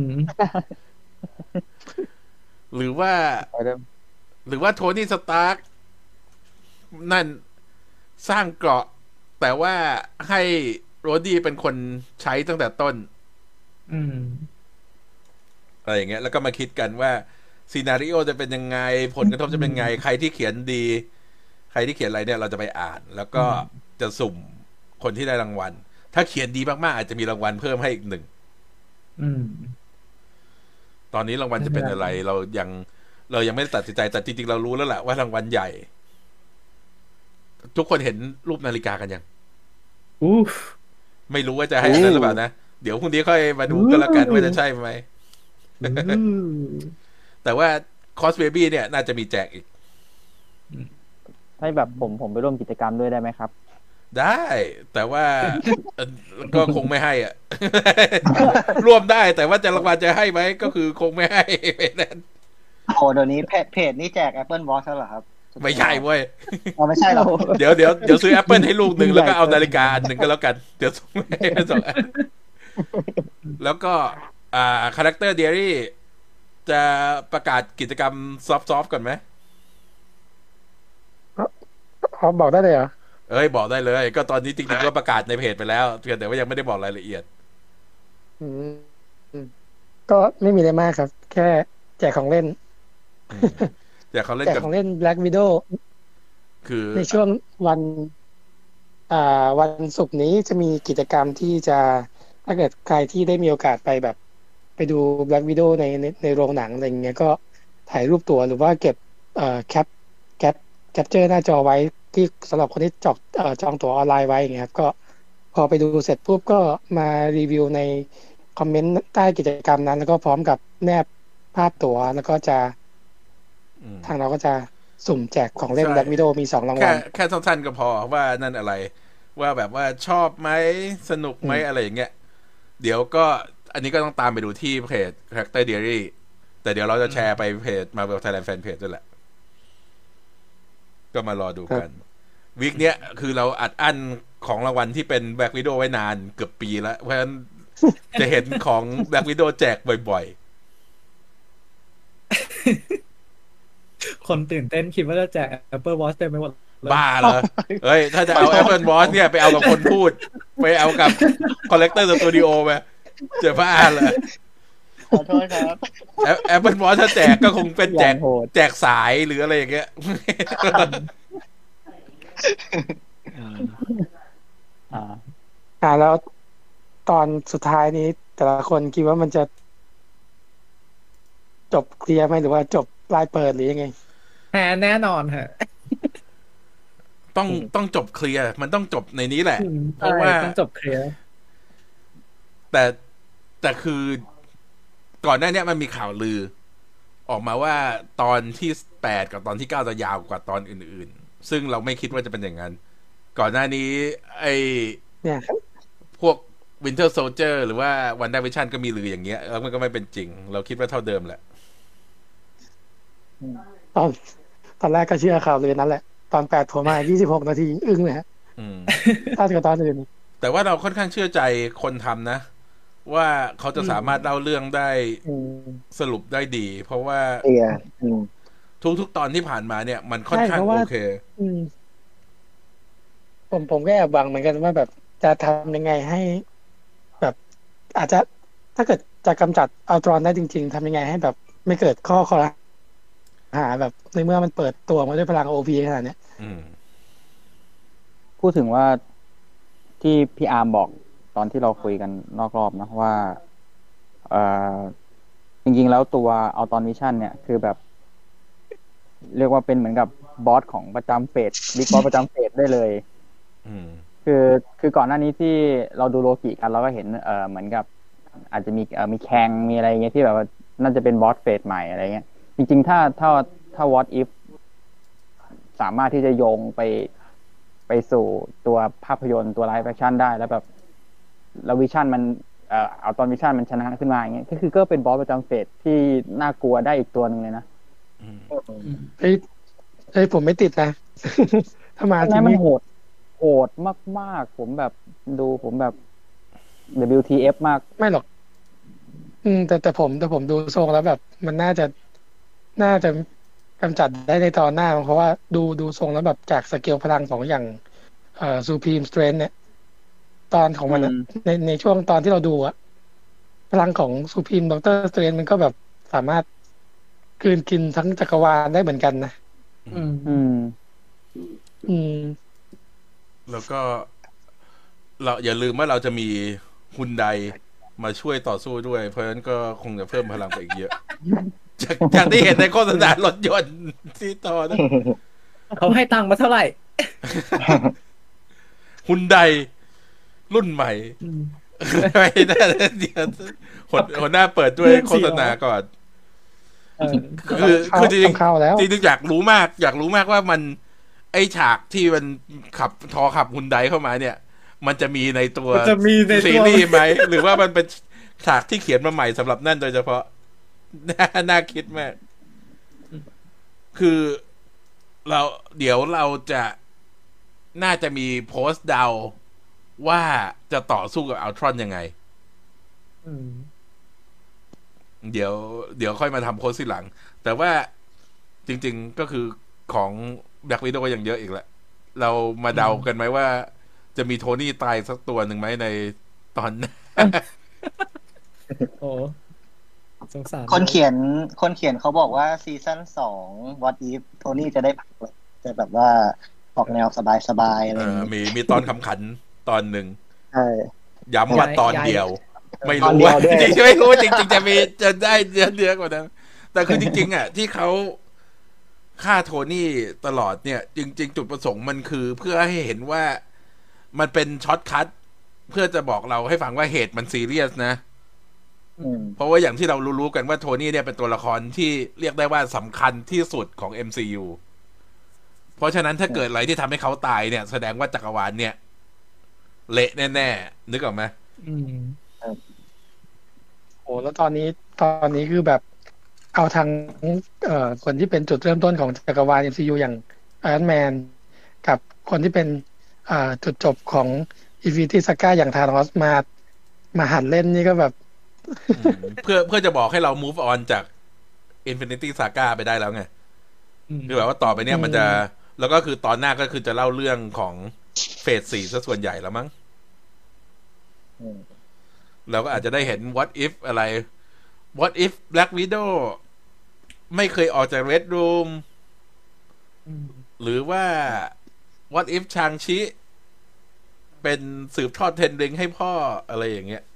หรือว่าไปเริ่มหรือว่าโทนี่สตาร์กนั่นสร้างเกราะ แต่ว่าให้โรดี้เป็นคนใช้ตั้งแต่ต้นอืมอะไรอย่างเงี้ยแล้วก็มาคิดกันว่าซีนาริโอจะเป็นยังไงผลกระทบจะเป็นไง ใครที่เขียนดี ใครที่เขียนอะไรเนี่ยเราจะไปอ่าน แล้วก็จะสุ่มคนที่ได้รางวัล ถ้าเขียนดีมากๆอาจจะมีรางวัลเพิ่มให้อีกหนึ่งอืมตอนนี้รางวัลจะเป็นอะไร เรายังเรายังไม่ได้ตัดสินใจแต่จริงๆเรารู้แล้วแหละว่ารางวัลใหญ่ ทุกคนเห็นรูปนาฬิกากันยังอู้ไม่รู้ว่าจะให้อันนั้นหรือเปล่านะเดี๋ยวพรุ่งนี้ค่อยมาดูกันละกันว่าจะใช่ไหมอู้แต่ว่าคอสเบบี้เนี่ยน่าจะมีแจกอีกให้แบบผมผมไปร่วมกิจกรรมด้วยได้ไหมครับได้ แต่ว่า เอ่อก็คงไม่ให้อ่ะ ร่วมได้แต่ว่าจะรางวัลจะให้ไหมก็คือคงไม่ให้ ไม่นั้นโอ้เดี๋ยวนี้เพจเพจนี่แจก Apple Watch แล้วเหรอครับไม่ใช่เว้ยอ๋อไม่ใช่หรอกเดี๋ยวเดี๋ยวเดี๋ยวซื้อ Apple ให้ลูกหนึ่งแล้วก็เอานาฬิกาอันหนึ่งก็แล้วกัน เดี๋ยวส่งให้สองอันแล้วก็อ่าคาแรคเตอร์เดียรี่จะประกาศกิจกรรมซอฟต์ๆก่อนไหมอ๋อบอกได้เลยเหรอเอ้ยบอกได้เลย ก็ตอนนี้จริงๆก็ประกาศในเพจไปแล้วเพียงแต่ว่ายังไม่ได้บอกรายละเอียดอืมอืมก็ไม่มีอะไรมากครับ แค่แจกของเล่นแต่เขาเล่นแจกกับของเล่น Black Widow คือในช่วงวัน อ่า วันศุกร์นี้จะมีกิจกรรมที่จะถ้าเกิดใครที่ได้มีโอกาสไปแบบ ไปดู Black Widow ในในในโรงหนังอะไรเงี้ยก็ถ่ายรูปตั๋วหรือว่าเก็บเอ่อแคปแคปแคปเจอร์หน้าจอไว้ที่สำหรับคนที่จองเอ่อจองตั๋วออนไลน์ไว้อย่างเงี้ยครับก็พอไปดูเสร็จปุ๊บก็มารีวิวในคอมเมนต์ใต้กิจกรรมนั้น แล้วก็พร้อมกับแนบภาพตั๋วแล้วก็จะอืมทางเราก็จะสุ่มแจกของเล่นใช่ Black Widow มีสองรางแค่วัลแค่สั้นๆก็พอว่านั่นอะไร ว่าแบบว่าชอบไหมสนุกไหมอืมอะไรอย่างเงี้ยเดี๋ยวก็อันนี้ก็ต้องตามไปดูที่เพจ Character Diary แต่เดี๋ยวเราจะแชร์ไปเพจ Marvel Thailand Fan Page ด้วยแหละ ก็มารอดูกันวีคเนี้ยคือเราอัดอั้นของรางวัลที่เป็น Black Widow ไว้นานเกือบปีแล้ว เพราะฉะนั้น จะเห็นของ Black Widow แจกบ่อยคนตื่นเต้นคิดว่าจะแจก Apple Watch เต็มไปหมดเลยบ้าเหรอเฮ้ยถ้าจะเอา Apple Watch เนี่ยไปเอากับคนพูดไปเอากับ Collector Studio ไปจะบ้าเหรอขอโทษครับ Apple Watch ถ้าแจกก็คงเป็นแจกอย่างโหดแจกสายหรืออะไรอย่างเงี้ยอ่าอ่าแล้วตอนสุดท้ายนี้แต่ละคนคิดว่ามันจะจบเคลียร์ไหมหรือว่าจบปลายเปิดหรือยังไงแพ้แน่นอนฮะต้องต้องจบเคลียร์มันต้องจบในนี้แหละอืมเพราะว่าใช่ต้องจบเคลียร์แต่แต่คือก่อนหน้านี้มันมีข่าวลือ ออกมาว่าตอนที่แปดกับตอนที่เก้าจะยาวกว่าตอนอื่นๆ ซึ่งเราไม่คิดว่าจะเป็นอย่างนั้น ก่อนหน้านี้ไอ้เนี่ยครับพวก Winter Soldier หรือว่า WandaVision ก็มีลืออย่างเงี้ยแล้วมันก็ไม่เป็นจริง เราคิดว่าเท่าเดิมแหละตอนตอนแรกก็เชื่อข่าวเลยนั้นแหละ ตอนแปดโผล่มายี่สิบหกนาทีอึ้งเลยฮะอืมถ้าเกิดตอนอื่นแต่ว่าเราค่อนข้างเชื่อใจคนทำนะ ว่าเขาจะสามารถเล่าเรื่องได้อืมสรุปได้ดี เพราะว่าเคลียร์อืมทุกๆตอนที่ผ่านมาเนี่ย มันค่อนข้างใช่เพราะว่าโอเคอืมผมผมก็แอบหวังเหมือนกันว่าแบบจะทำยังไงให้ แบบ อาจจะถ้าเกิดจะกำจัดอัลตรอนได้จริง ๆทำยังไงให้แบบไม่เกิดข้อคอรหาแบบในเมื่อมันเปิดตัวมาด้วยพลังโอพีขนาดเนี้ยอืมพูดถึงว่าที่พี่อาร์มบอกตอนที่เราคุยกันนอกรอบนะว่าเอ่อจริงๆแล้วตัวอัลตอนวิชั่นเนี่ยคือแบบ เรียกว่าเป็นเหมือนกับบอสของประจำเฟสบิ๊กบอสประจำเฟสได้เลยอืมคือคือก่อนหน้านี้ที่เราดูโลกิกันเราก็เห็นเอ่อเหมือนกับ อาจจะมีเอ่อมีแข่งมีอะไรเงี้ยที่แบบว่าน่าจะเป็นบอสเฟสใหม่อะไรเงี้ยจริงๆถ้าถ้าถ้า what if สามารถที่จะโยงไปไปสู่ตัวภาพยนตร์ตัวไลฟ์แอคชั่นได้แล้วแบบแล้ววิชั่นมันเอ่อเอาตอนวิชั่นมันชนะขึ้นมาอย่างเงี้ยก็คือก็เป็นบอสประจำเฟสที่น่ากลัวได้อีกตัวหนึ่งเลยนะอืมเฮ้ยเฮ้ยผมไม่ติดนะ ถ้ามาอันทีนั้นมันนี้โหดโหดมากๆผมแบบดูผมแบบ ดับเบิลยู ที เอฟ มากไม่หรอก อืม แต่แต่ผมแต่ผมดูทรงแล้วแบบ มันน่าจะน่าจะกำจัดได้ในตอนหน้า เพราะว่าดูดูทรงแล้วแบบจากสเกลพลังของอย่างเอ่อ Supreme Strength เนี่ย ตอนของมันอะอืมในในช่วงตอนที่เราดูอะพลังของ Supreme Doctor Strange มันก็แบบสามารถกลืนกินทั้งจักรวาลได้เหมือนกันนะอืมอืมอืมแล้วก็ เราอย่าลืมว่าเราจะมีฮุนไดมาช่วยต่อสู้ด้วย เพราะฉะนั้นก็คงจะเพิ่มพลังไปอีกเยอะ จากจากที่เห็นในโฆษณารถยนต์ที่ต่อนะเขาให้ตังค์มาเท่าไหร่ฮุนไดรุ่นใหม่อืมไม่ได้เดี๋ยวหัวหัวหน้าเปิดด้วยโฆษณาก่อนเออคือคือจริงเข้าแล้วจริงๆอยากรู้มาก อยากรู้มากว่ามัน ไอฉากที่มันขับทอขับฮุนไดเข้ามาเนี่ย มันจะมีในตัวมันจะมีในตัวซีรีส์ไหม หรือว่ามันเป็นฉากที่เขียนมาใหม่สำหรับนั่นโดยเฉพาะ น่าน่าคิดมาก คือเราเดี๋ยวเราจะน่าจะมีโพสต์เดาว่าจะต่อสู้กับอัลตรอนยังไงอืมเดี๋ยว เดี๋ยวค่อยมาทำโพสต์ทีหลัง แต่ว่าจริงๆก็คือของแบล็ควิดโดก็ยังเยอะอีกแหละ เรามาเดากันไหมว่า จะมีโทนี่ตายสักตัวหนึ่งไหมในตอนโอ้สงสารคนเขียนคนเขียนเขาบอกว่าซีซั่นสอง What If โทนี่จะได้พักจะแบบว่าออกแนวสบายๆอะไรเออย่างอนี้มีมีตอนคำขันตอนหนึ่งใช่ย้ำว่าตอนเดียว ไม่ตอนรู้เดียวว่าด้วยจริงๆไม่รู้ว่าจริงๆจะมีจะได้เยอะเยอะกว่านั้น แต่คือจริงๆอ่ะที่เขาฆ่าโทนี่ตลอดเนี่ย จริง ๆ จุดประสงค์มันคือเพื่อให้เห็นว่ามันเป็นช็อตคัทเพื่อจะบอกเราให้ฟังว่าเหตุมันซีเรียสนะอืมเพราะว่าอย่างที่เรารู้ๆกันว่าโทนี่เนี่ยเป็นตัวละครที่เรียกได้ว่าสำคัญที่สุดของ เอ็ม ซี ยู เพราะฉะนั้นถ้าเกิดอะไรที่ทำให้เขาตายเนี่ย แสดงว่าจักรวาลเนี่ย เละแน่ๆนึกออกไหมอืมโอ้แล้วตอนนี้ตอนนี้คือแบบเอาทางเอ่อคนที่เป็นจุดเริ่มต้นของจักรวาล เอ็ม ซี ยู อย่าง Iron Man กับคนที่เป็นอ่าจุดจบของ Infinity Saga อย่างธานอสมามาหัดเล่นนี่ก็แบบอืมเพื่อเพื่อจะบอกให้เรา move on จาก Infinity Saga ไปได้แล้วไงอืมคือแบบว่าต่อไปเนี่ยมันจะ แล้วก็คือตอนหน้าก็คือจะเล่าเรื่องของเฟสสี่ซะส่วนใหญ่แล้วมั้งอืมเราก็อาจจะได้เห็น what if อะไร what if Black Widow ไม่เคยออกจาก Red Room อืมหรือว่า what if ชางชิเป็นสืบทอดเทนริงให้พ่ออะไรอย่างเงี้ย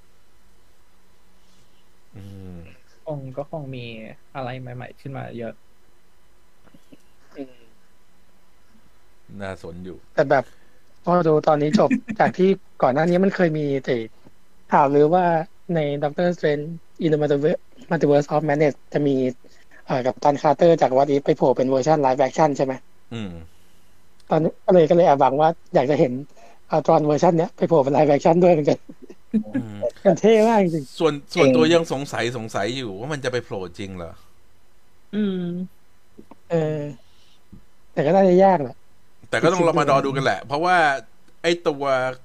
อืมคงก็คงมีอะไรใหม่ ๆ ขึ้นมาเยอะอืมน่าสนอยู่แต่แบบพอดูตอนนี้จบ จากที่ก่อนหน้านี้มันเคยมีแต่ข่าวหรือว่าใน Doctor Strange in the Multiverse Multiverse of Madness จะมีเอ่อกับตันคาร์เตอร์จาก What If ไปโผล่เป็นเวอร์ชันไลฟ์แอคชั่นใช่ไหมอืมตอนนี้ก็เลยก็เลยแอบหวังว่าอยากจะเห็นอัลตรอนเวอร์ชันเนี้ยไปโผล่เป็นไลฟ์แอคชั่นด้วยเหมือนกันอืมมันเท่มากจริงส่วนส่วนตัวยังสงสัยสงสัยอยู่ว่ามันจะไปโผล่จริงเหรออืมๆเออ แต่ก็น่าจะยากแหละแต่ก็ต้องเรามาดอดูกันแหละ เพราะว่าไอ้ตัว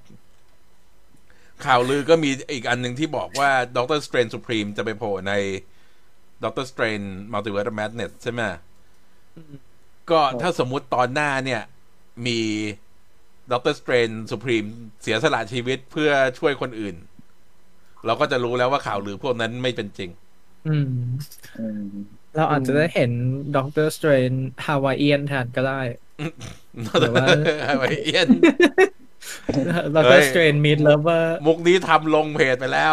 ข่าวลือก็มีอีกอันหนึ่งที่บอกว่า Doctor Strange Supreme จะไปโผล่ใน Doctor Strange Multiverse of Madness ใช่ไหม ก็ถ้าสมมุติตอนหน้าเนี่ย มี Doctor Strange Supreme เสียสละชีวิตเพื่อช่วยคนอื่น เราก็จะรู้แล้วว่าข่าวลือพวกนั้นไม่เป็นจริงอืมอืมเราอาจจะได้เห็นด็อกเตอร์สเตรนฮาวายเอียนแทนก็ได้ หรือว่าฮาวายเอียนด็อกเตอร์สเตรนมีดเลเวอร์มุกนี้ทำลงเพจไปแล้ว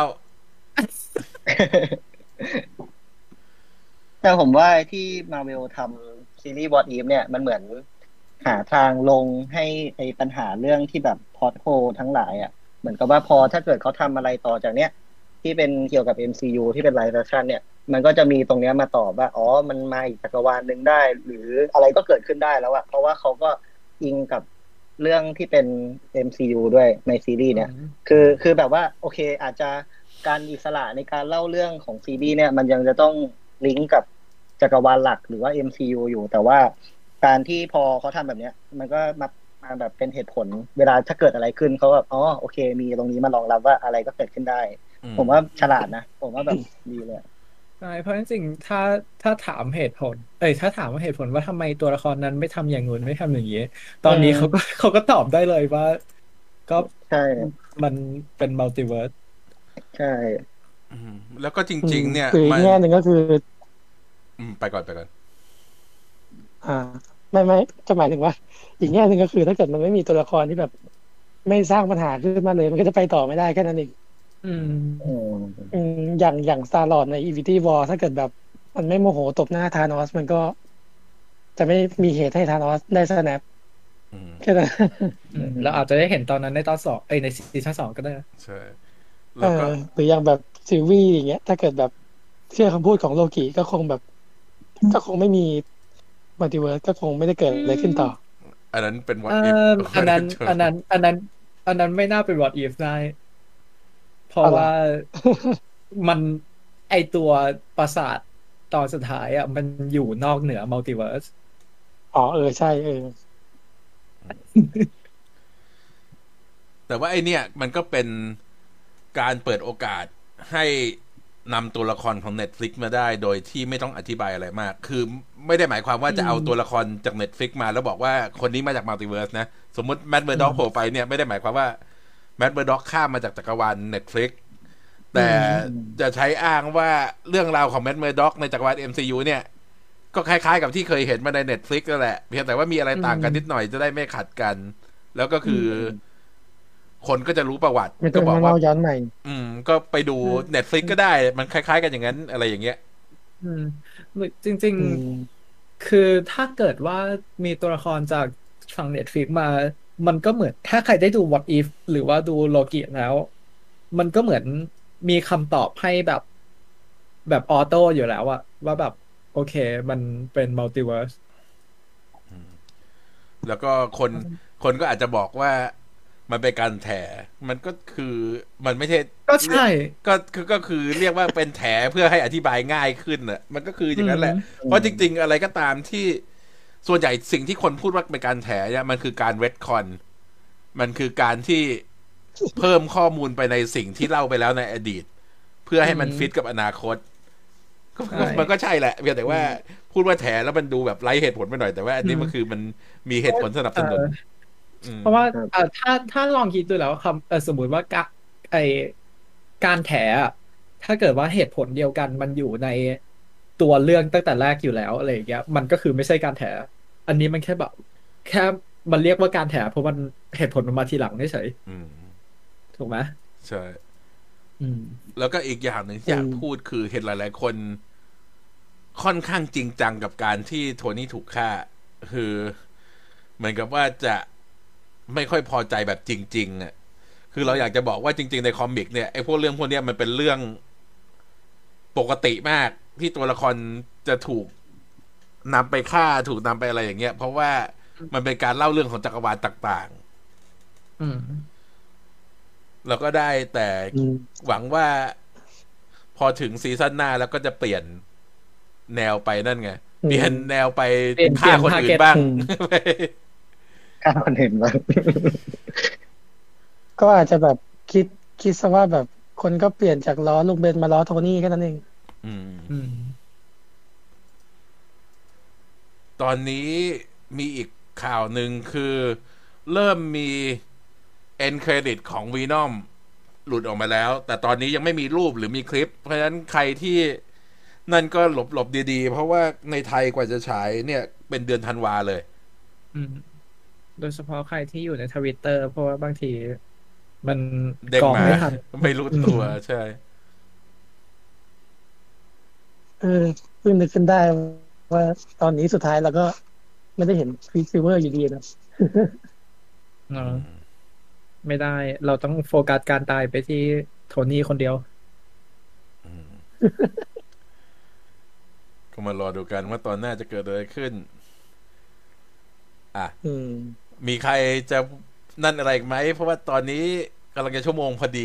แต่ผมว่าที่มาเวลทำซีรีส์ What If เนี่ยมันเหมือนหาทางลงให้ไอ้ปัญหาเรื่องที่แบบพล็อตโฮลทั้งหลายอ่ะเหมือนกับว่าพอถ้าเกิดเขาทำอะไรต่อจากเนี้ยที่เป็นเกี่ยวกับ เอ็ม ซี ยู ที่เป็นไลฟ์แอคชั่นเนี่ยมันก็จะมีตรงเนี้ยมาตอบว่าอ๋อมันมาอีกจักรวาลหนึ่งได้ หรืออะไรก็เกิดขึ้นได้แล้วอะเพราะว่าเขาก็อิงกับเรื่องที่เป็น เอ็ม ซี ยู ด้วยในซีรีส์เนี่ย คือคือแบบว่าโอเคอาจจะการอิสระในการเล่าเรื่องของซีรีส์เนี่ยมันยังจะต้องลิงก์กับจักรวาลหลักหรือว่า เอ็ม ซี ยู อยู่ แต่ว่าการที่พอเขาทำแบบเนี้ยมันก็มามาแบบเป็นเหตุผลเวลาถ้าเกิดอะไรขึ้นเขาแบบอ๋อโอเค มีตรงนี้มารองรับว่าอะไรก็เกิดขึ้นได้อืมผมว่าฉลาดนะ ผมว่าแบบดีเลยใช่เพราะจริงๆถ้าถ้าถามเหตุผล เอ้ยถ้าถามว่าเหตุผลว่าทำไมตัวละครนั้นไม่ทำอย่างงู้นไม่ทำอย่างนี้ ตอนนี้อืมเขาก็เขาก็ตอบได้เลยว่า ก็ใช่มันเป็นมัลติเวิร์สใช่อืมแล้วก็จริง ๆ เนี่ยหรืออีมักนแง่หนึ่งก็คืออืมไปก่อนไปก่อนอ่า ไม่ไม่จะหมายถึงว่า อีกแง่หนึ่งก็คือ ถ้าเกิดมันไม่มีตัวละครที่แบบ ไม่สร้างปัญหาขึ้นมาเลย มันก็จะไปต่อไม่ได้แค่นั้นเองอืมอืมอืมอย่างอย่างสตาร์ลอร์ดใน Infinity War ถ้าเกิดแบบ มันไม่โมโหตบหน้าธานอสมันก็ จะไม่มีเหตุให้ธานอสได้สแนปอืมแค่นั้นอืมเราอาจจะได้เห็นตอนนั้นในตอนสองเอ้ยในซีซั่นสองก็ได้นะใช่เอแล้วก็อหรืออย่างแบบซิลวี่อย่างเงี้ย ถ้าเกิดแบบเชื่อคำพูดของโลกิก็คงแบบ ก็คงไม่มีมัลติเวิร์สก็คงไม่ได้เกิดอะไรขึ้นต่ออันนั้นเป็น what เอ่ if ออันนั้น อันนั้น อันนั้น อันนั้นไม่น่าเป็น what if ได้ เพราะอะไรว่ามันไอตัวปราสาทตอนสุดท้ายอ่ะมันอยู่นอกเหนือมัลติเวิร์สอ๋อเออใช่เออแต่ว่าไอเนี่ยมันก็เป็นการเปิดโอกาสให้นำตัวละครของ Netflix มาได้โดยที่ไม่ต้องอธิบายอะไรมาก คือไม่ได้หมายความว่าจะเอาตัวละครจาก Netflix มาแล้วบอกว่าคนนี้มาจากมัลติเวิร์สนะ สมมติแมดเมอร์ด็อกโผล่ไปเนี่ยไม่ได้หมายความว่าแมดเมอร์ด็อกข้ามมาจากจักรวาล Netflix แต่จะใช้อ้างว่าเรื่องราวของแมดเมอร์ด็อกในจักรวาล เอ็ม ซี ยู เนี่ยก็คล้ายๆกับที่เคยเห็นมาใน Netflix นั่นแหละเพียงแต่ว่ามีอะไรต่างกันนิดหน่อยจะได้ไม่ขัดกัน แล้วก็คือคนก็จะรู้ประวัติไม่ต้ก็องบอกมาว่าเล่าย้อนใหม่อืมก็ไปดู Netflix ก็ได้มันคล้ายๆกันอย่างนั้นอะไรอย่างเงี้ยอืมจริงอืมๆ คือถ้าเกิดว่ามีตัวละครจากฝั่ง Netflix มา มันก็เหมือนถ้าใครได้ดู What If หรือว่าดูโลกิแล้ว มันก็เหมือนมีคำตอบให้แบบ แบบออโต้อยู่แล้วอะว่าแบบ โอเค มันเป็นมัลติเวิร์สแล้วก็คนคนก็อาจจะบอกว่ามันเป็นการแถมันก็คือมันไม่ใช่ก็ใช่ก็คือก็คือเรียกว่าเป็นแถเพื่อให้อธิบายง่ายขึ้นน่ะมันก็คืออย่างนั้นแหละ เพราะจริงๆอะไรก็ตามที่ส่วนใหญ่สิ่งที่คนพูดว่าเป็นการแถเนี่ยมันคือการเรดคอนมันคือการที่เพิ่มข้อมูลไปในสิ่งที่เล่าไปแล้วในอดีต เพื่อให้มันฟิตกับอนาคตใช่มันก็ใช่แหละเพียงแต่ว่าพูดว่าแถแล้วมันดูแบบไร้เหตุผลไปหน่อยแต่ว่าอันนี้มันคือมันมีเหตุผลสนับเอสนุนออืมเพราะว่าครับเออถ้าถ้าลองคิดดูแล้วคำเออสมมติว่ากะไอการแถอะถ้าเกิดว่าเหตุผลเดียวกันมันอยู่ในตัวเรื่องตั้งแต่แรกอยู่แล้วอะไรอย่างเงี้ยมันก็คือไม่ใช่การแถ อันนี้มันแค่แบบแค่มันเรียกว่าการแถเพราะมันเหตุผลมันมาทีหลังเฉยอืมๆถูกไหมใช่อืมแล้วก็อีกอย่างหนึ่งที่อยากอืมพูดคือเห็นหลาย ๆ คนค่อนข้างจริงจังกับการที่โทนี่ถูกฆ่า คือ เหมือนกับว่าจะไม่ค่อยพอใจแบบจริงๆอ่ะคือเราอยากจะบอกว่าจริง ๆ ในคอมิกเนี่ยไอ้พวกเรื่องพวกเนี้ยมันเป็นเรื่องปกติมากที่ตัวละครจะถูกนำไปฆ่าถูกนำไปอะไรอย่างเงี้ย เพราะว่ามันเป็นการเล่าเรื่องของจักรวาลต่างอืมๆ เราก็ได้แต่อืมหวังว่าพอถึงซีซั่นหน้าแล้วก็จะเปลี่ยนแนวไปนั่นไง เปลี่ยนแนวไปเปลี่ยนฆ่าคนเปลี่ยนอื่น target บ้างอืมกล้าคนเห็นบ้างก็อาจจะแบบคิดคิดซะว่าแบบคนก็เปลี่ยนจากล้อลุงเบนมาล้อโทนี่แค่นั้นเองอืมอืมตอนนี้มีอีกข่าวหนึ่งคือเริ่มมีเอ็นเครดิตของวีนอมหลุดออกมาแล้ว แต่ตอนนี้ยังไม่มีรูปหรือมีคลิป เพราะฉะนั้นใครที่นั่นก็หลบหลบดีๆ เพราะว่าในไทยกว่าจะฉายเนี่ยเป็นเดือนธันวาเลยอืม โดยเฉพาะใครที่อยู่ในทวิตเตอร์เพราะว่าบางทีมันเด้งกรองมาไม่ทันไม่รู้ตัวใช่เออเพิ่งนึกขึ้นได้ว่าตอนนี้สุดท้ายเราก็ไม่ได้เห็นควีซิเวอร์อยู่ดีนะเนอะไม่ได้ เราต้องโฟกัสการตายไปที่โทนี่คนเดียวก็มารอดูกันว่าตอนหน้าจะเกิดอะไรขึ้น อ่ะอืมมีใครจะนั่นอะไรอีกไหม เพราะว่าตอนนี้กำลังจะชั่วโมงพอดี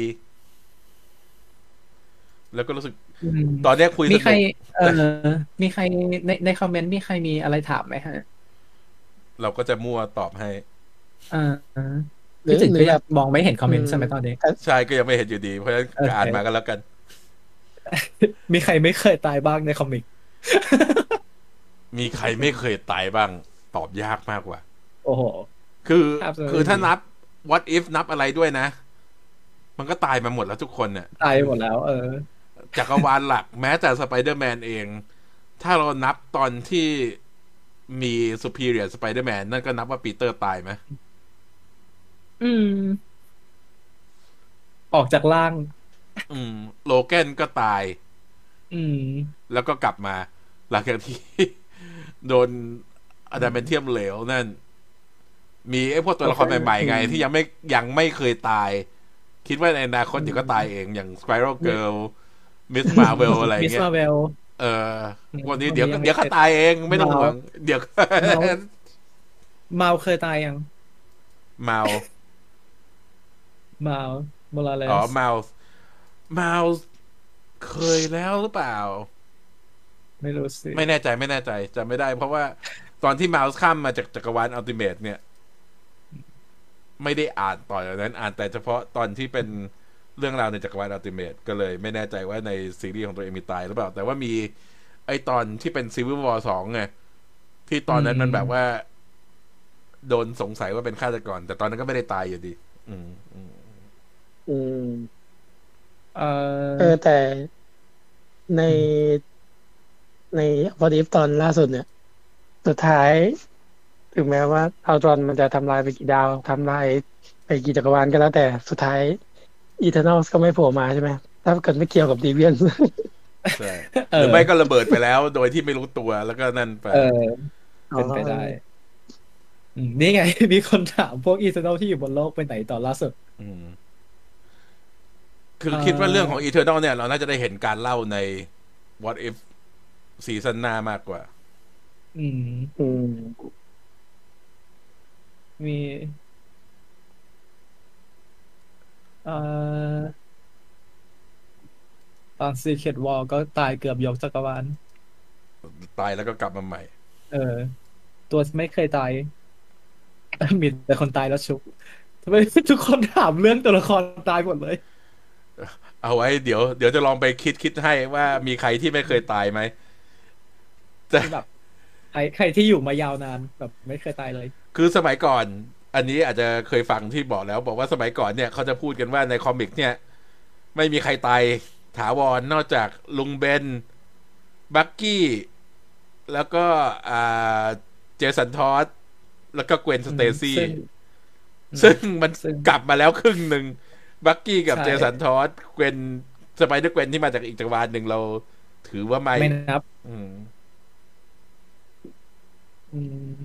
แล้วก็รู้สึกอืมตอนเนี้ยคุยสมีใครนุกเออมีใครในในคอมเมนต์มีใครมีอะไรถามไหมฮะเราก็จะมั่วตอบให้อ่าหรือพี่ถึงหรืก็อยัแบงบมองไม่เห็นคอมเมนอืต์มใช่ไหมตอนนี้ใช่ก็ยังไม่เห็นอยู่ดี เพราะฉะนั้นโอเคอ่านมากันแล้วกันมีใครไม่เคยตายบ้างในคอมิกมีใครไม่เคยตายบ้าง ตอบยากมากกว่าโอ้โหคือ Absolutely คือถ้านับ what if นับอะไรด้วยนะ มันก็ตายมาหมดแล้วทุกคนเนี่ยตายหมดแล้ว เออจักรวาลหลัก แม้แต่สไปเดอร์แมนเอง ถ้าเรานับตอนที่มี Superior Spider-Man นั่นก็นับว่าปีเตอร์ตายไหมอืม ออกจากร่างอืมโลแกนก็ตายอืมแล้วก็กลับมา หลังจากที่ โดนอะดามนเทียมเหลวนั่น มีไอ้พวกตัวละครใหม่ๆไง ที่ยังไม่ยังไม่เคยตาย คิดว่าในอนาคตเดี๋ยวก็ตายเองอย่าง Spiral Girl Miss Marvel อะไรมิสเงี้ยมาเวลเออวันนี้อืมเดี๋ยวยังไม่เดี๋ยวเขาตายเองไม่ต้องห่วง เดี๋ยวเมา มาวเคยตายยังเมามาวโมราเลอ๋อสเมาเมาเคยแล้วหรือเปล่าไม่รู้สิไม่แน่ใจไม่แน่ใจจำไม่ได้ เพราะว่าตอนที่เมาส์ข้ามมาจากจักรวาลอัลติเมทเนี่ย ไม่ได้อ่านต่อจากนั้น อ่านแต่เฉพาะตอนที่เป็นเรื่องราวในจักรวาลอัลติเมทก็เลยไม่แน่ใจว่าในซีรีส์ของตัวเองมีตายหรือเปล่า แต่ว่ามีไอตอนที่เป็นซีวิลวอร์สองไงที่ตอนนั้นมันแบบว่า โดนสงสัยว่าเป็นฆาตกรแต่ตอนนั้นก็ไม่ได้ตายอยู่ดี อืมอืมอืมเออเออแต่ในในวอ t อีฟตอนล่าสุดเนี่ย สุดท้าย ถึงแม้ว่าอัลตรอนมันจะทำลายไปกี่ดาวทำลายไปกี่จักรวาลก็แล้วแต่สุดท้ายอีเทอร์นอลก็ไม่โผล่มาใช่ไหมถ้าเกิดไม่เกี่ยวกับดีเวียนใช่เอหอรือไม่ก็ระเบิดไปแล้ว โดยที่ไม่รู้ตัวแล้วก็นั่นไปเออ เป็นไปได้ อืมนี่ไง มีคนถามพวกอีเทอร์นอลที่อยู่บนโลกไปไหนตอนล่าสุดอืมคือเอ่อคิดว่าเรื่องของ Eternal เนี่ย เราน่าจะได้เห็นการเล่าใน What If ซีซั่นหน้ามากกว่าอืมอืมมีเอ่อตอน Secret War ก็ตายเกือบยกจักรวาลตายแล้วก็กลับมาใหม่เออ ตัวไม่เคยตาย มีแต่คนตายแล้วชุบทำไมทุกคนถามเรื่องตัวละครตายหมดเลยเอาไว้เดี๋ยวเดี๋ยวจะลองไปคิดคิดให้ว่ามีใครที่ไม่เคยตายไหมแต่ที่แบบใครใครที่อยู่มายาวนานแบบไม่เคยตายเลยคือสมัยก่อน อันนี้อาจจะเคยฟังที่บอกแล้ว บอกว่าสมัยก่อนเนี่ยเขาจะพูดกันว่าในคอมิกเนี่ย ไม่มีใครตายถาวรนอกจากลุงเบนบักกี้ แล้วก็อ่าเจสันทอสแล้วก็เกวนสเตซี่ซึ่งซึ่งมันซึ่งกลับมาแล้วครึ่งหนึ่งบักกี้กับใช่เจสันทอสเกวนสไปเดอร์เกวนที่มาจากอีกจักรวาลหนึ่งเราถือว่าไม่ไม่นับอืมอืม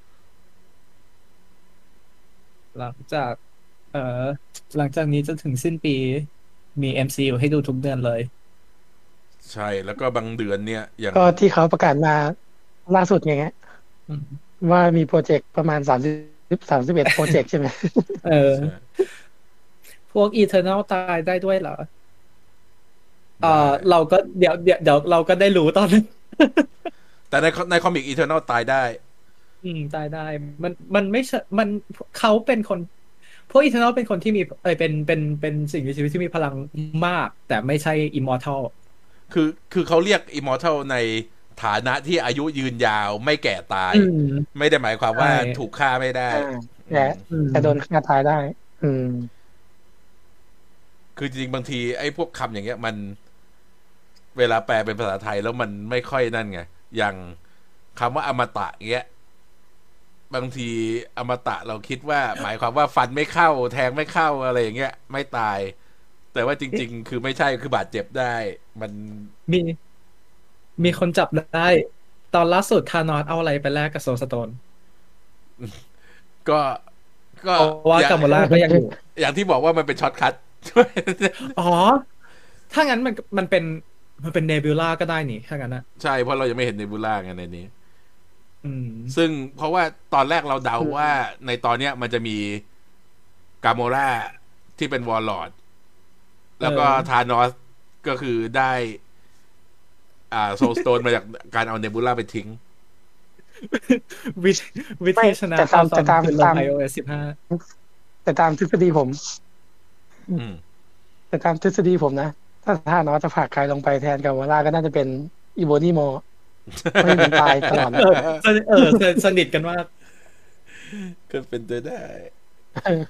หลังจาก เอ่อหลังจากนี้จนถึงสิ้นปี มี เอ็ม ซี ยู ให้ดูทุกเดือนเลยใช่แล้วก็บางเดือนเนี่ย อย่างก็ที่เขาประกาศมาล่าสุดไงฮะอืมว่ามีโปรเจกต์ประมาณสามสิบสามสิบเอ็ดโปรเจกต์ใช่ไหมเออ พวก Eternal ตายได้ด้วยเหรอ เออเราก็เดี๋ยวเดี๋ยวเดี๋ยวเราก็ได้รู้ตอนนั้นแต่ในในคอมิกอีเทอร์นอลตายได้อืมตายได้ มันมันไม่ใช่มันเขาเป็นคน พวก Eternal เป็นคนที่มีเออเป็นเป็นเป็นสิ่งมีชีวิตที่มีพลังมาก แต่ไม่ใช่ Immortal คือคือเขาเรียกอิมมอร์ทัลในฐานะที่อายุยืนยาวไม่แก่ตายอืมไม่ได้หมายความว่าใช่ถูกฆ่าไม่ได้อ่าแต่อืมแต่โดนฆ่าตายได้ อืมคือจริงๆบางทีไอ้พวกคำอย่างเงี้ย มันเวลาแปลเป็นภาษาไทยแล้วมันไม่ค่อยนั่นไง อย่างคำว่าอมตะเงี้ย บางทีอมตะเราคิดว่า หมายความว่าฟันไม่เข้า แทงไม่เข้าอะไรอย่างเงี้ย ไม่ตาย แต่ว่าจริง ๆ คือไม่ใช่คือบาดเจ็บได้ มันมี มีคนจับได้ ตอนล่าสุดธานอสเอาอะไรไปแลกกับโซลสโตนก็ก็เพราะว่าอย่ากัมโมล่าก็ยังอยู่อย่างที่บอกว่ามันเป็นช็อตคัทอ๋อ ถ้างั้นมันมันเป็นมันเป็นเนบิวล่าก็ได้นี่ ถ้างั้นนะใช่เพราะเรายังไม่เห็นเนบูล่าไงในนี้อืมซึ่งเพราะว่าตอนแรกเราเดาว่าในตอนเนี้ยมันจะมีกาโมราที่เป็นวอร์ลอร์ดแล้วก็เออธานอสก็คือได้ อ่าโซลสโตนมาจากการเอาเนบูล่าไปทิ้งวิธีวิธีชนะแต่ตามตอแต่นตามเป็นลงตามไอโอเอสสิบห้าแต่ตามทฤษฎีผมอืมแต่ตามทฤษฎีผมนะ ถ้าถ้าน้องจะผลักใครลงไปแทนกาวาร่าก็น่าจะเป็นอีโบนีโมไม่ให้มันตายตลอดนะเออสนิทเออสนิทสนิทกันมากก็เป็นไปได้เออ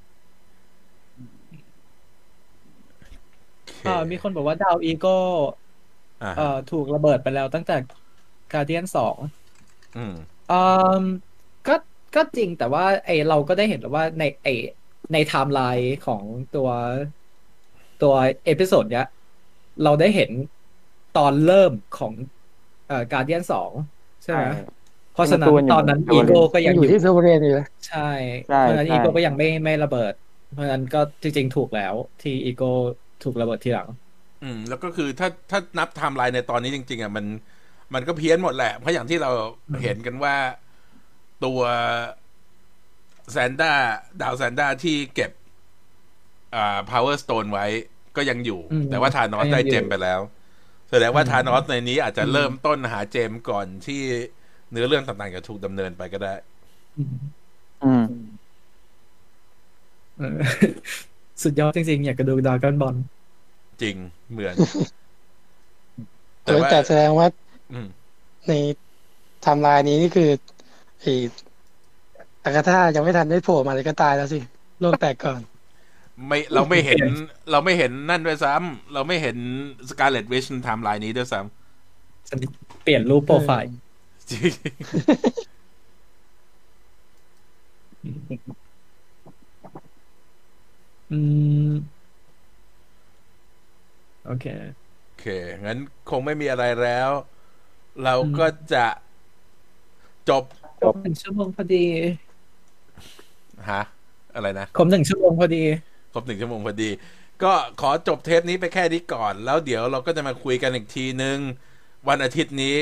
โอเคอ่ามีคนบอกว่าดาวอีโก้อ่าเอ่อถูกระเบิดไปแล้วตั้งแต่กา a เดียนสองอืมอืมก็ก็จริงแต่ว่าไอเราก็ได้เห็นแล้วว่าในไอในไทม์ไลน์ของตัวตัวเอพิโซดเนี้ย เราได้เห็นตอนเริ่มของเอ่อการเดียนสองใช่ไหมใช่เพราะฉะนั้นมันตัวอยู่ตอนนั้นตัวอีเลยโก้ก็ยัยัง งออยู่ ยู่ที่เซอร์เวเรนอยู่เลยใช่ใช่เพราะฉะนั้นใช่อีโก้ก็ยังไม่ไม่ระเบิด เพราะฉะนั้นก็จริงๆถูกแล้วที่อีโก้ถูกระเบิดทีหลังอืม แล้วก็คือถ้าถ้านับไทม์ไลน์ในตอนนี้จริงๆอ่ะมันมันก็เพี้ยนหมดแหละ เพราะอย่างที่เราเห็นกันว่าตัวแซนด้าดาวแซนด้าที่เก็บ อ่า power stone ไว้ก็ยังอยู่อืมแต่ว่าธานอสก็ยังได้อยู่เจมไปแล้ว แสดงว่าอืมธานอสในนี้อาจจะอืมเริ่มต้นหาเจมก่อนที่เนื้อเรื่องต่างๆจะถูกดำเนินไปก็ได้อืมอืมเออ สุดยอดจริงๆ อยากจะดูดราก้อนบอลจริงเหมือนแต่ว่าแต่แสดงว่าอืมในไทม์ไลน์นี้นี่คือไอ้อากาธายังไม่ทันได้โผล่มาเลยก็ตายแล้วสิโลกแตกก่อนไม่เราไม่เห็น เราไม่เห็นนั่นด้วยซ้ำเราไม่เห็นสกาเลตวิชไทม์ไลน์นี้ด้วยซ้จะเปลี่ยนรูปโปรไฟล์ำจริงอืม โอเคโอเค งั้นคงไม่มีอะไรแล้ว เราอืมก็จะจบครบหนึ่งชั่วโมงพอดีฮะ อะไรนะครบหนึ่งชั่วโมงพอดีครบหนึ่งชั่วโมงพอดี ก็ขอจบเทปนี้ไปแค่นี้ก่อน แล้วเดี๋ยวเราก็จะมาคุยกันอีกทีนึง วันอาทิตย์นี้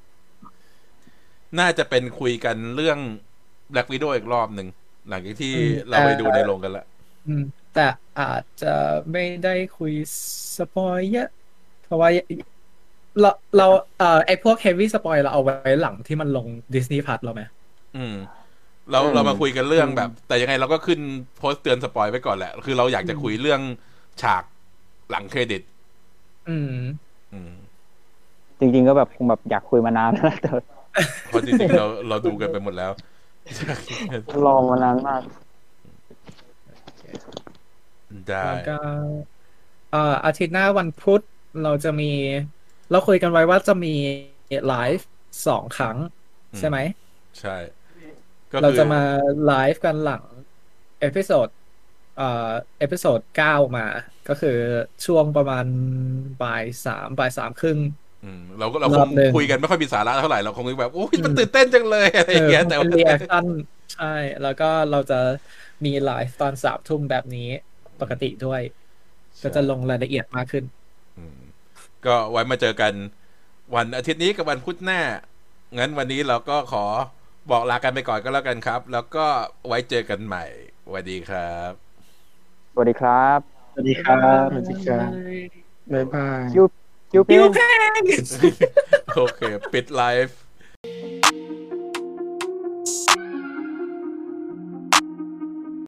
น่าจะเป็นคุยกันเรื่อง Black Widow อีกรอบหนึ่ง หลังจากที่อืมเราไปแต่ดูในโรงกันละอืม แต่อาจจะไม่ได้คุยสปอยเยอะ เพราะว่าเราเราเอ่อไอพวกเฮฟวี่สปอยเราเอาไว้หลังที่มันลง Disney Plus เราไหมอืม เราอืมเรามาคุยกันเรื่องแบบ แต่ยังไงเราก็ขึ้นโพสต์เตือนสปอยไว้ก่อนแหละ คือเราอยากจะคุยเรื่องฉากหลังเครดิตอืมอืมจริง ๆ ก็แบบคงแบบอยากคุยมานานแล้วแต่เพราะจริงๆเราเราดูกันไปหมดแล้วรอมานานมากได้แล้วก็เอ่ออาทิตย์หน้าวันพุธเราจะมี เราคุยกันไว้ว่าจะมีไลฟ์สองครั้งอืมใช่ไหมใช่ ก็เราคือจะมาไลฟ์กันหลังเอพิโซดเอ่อเอพิโซดเก้ามา ก็คือช่วงประมาณบ่ายสามบ่ายสามครึ่งอืมเราก็เรารคอง บหนึ่งคุยกันไม่ค่อยมีสาระเท่าไหร่เราคงแบบโอ้ยอืมมันตื่นเต้นจังเลยอะไรเออย่างอเงี้ยมันแต่เป็ว่านรีแอคชั่นใช่ แล้วก็เราจะมีไลฟ์ตอนสามทุ่มแบบนี้ปกติด้วย ก็จะลงรายละเอียดมากขึ้นอืมก็ไว้มาเจอกันวันอาทิตย์นี้กับวันพุธหน้า งั้นวันนี้เราก็ขอบอกลากันไปก่อนก็แล้วกันครับ แล้วก็ไว้เจอกันใหม่สวัสดีครับสวัสดีครับสวัสดีครับสวัสดีครับ บ๊ายบายคิวคิวเพลคิวงเพลงโอเค ปิดไลฟ์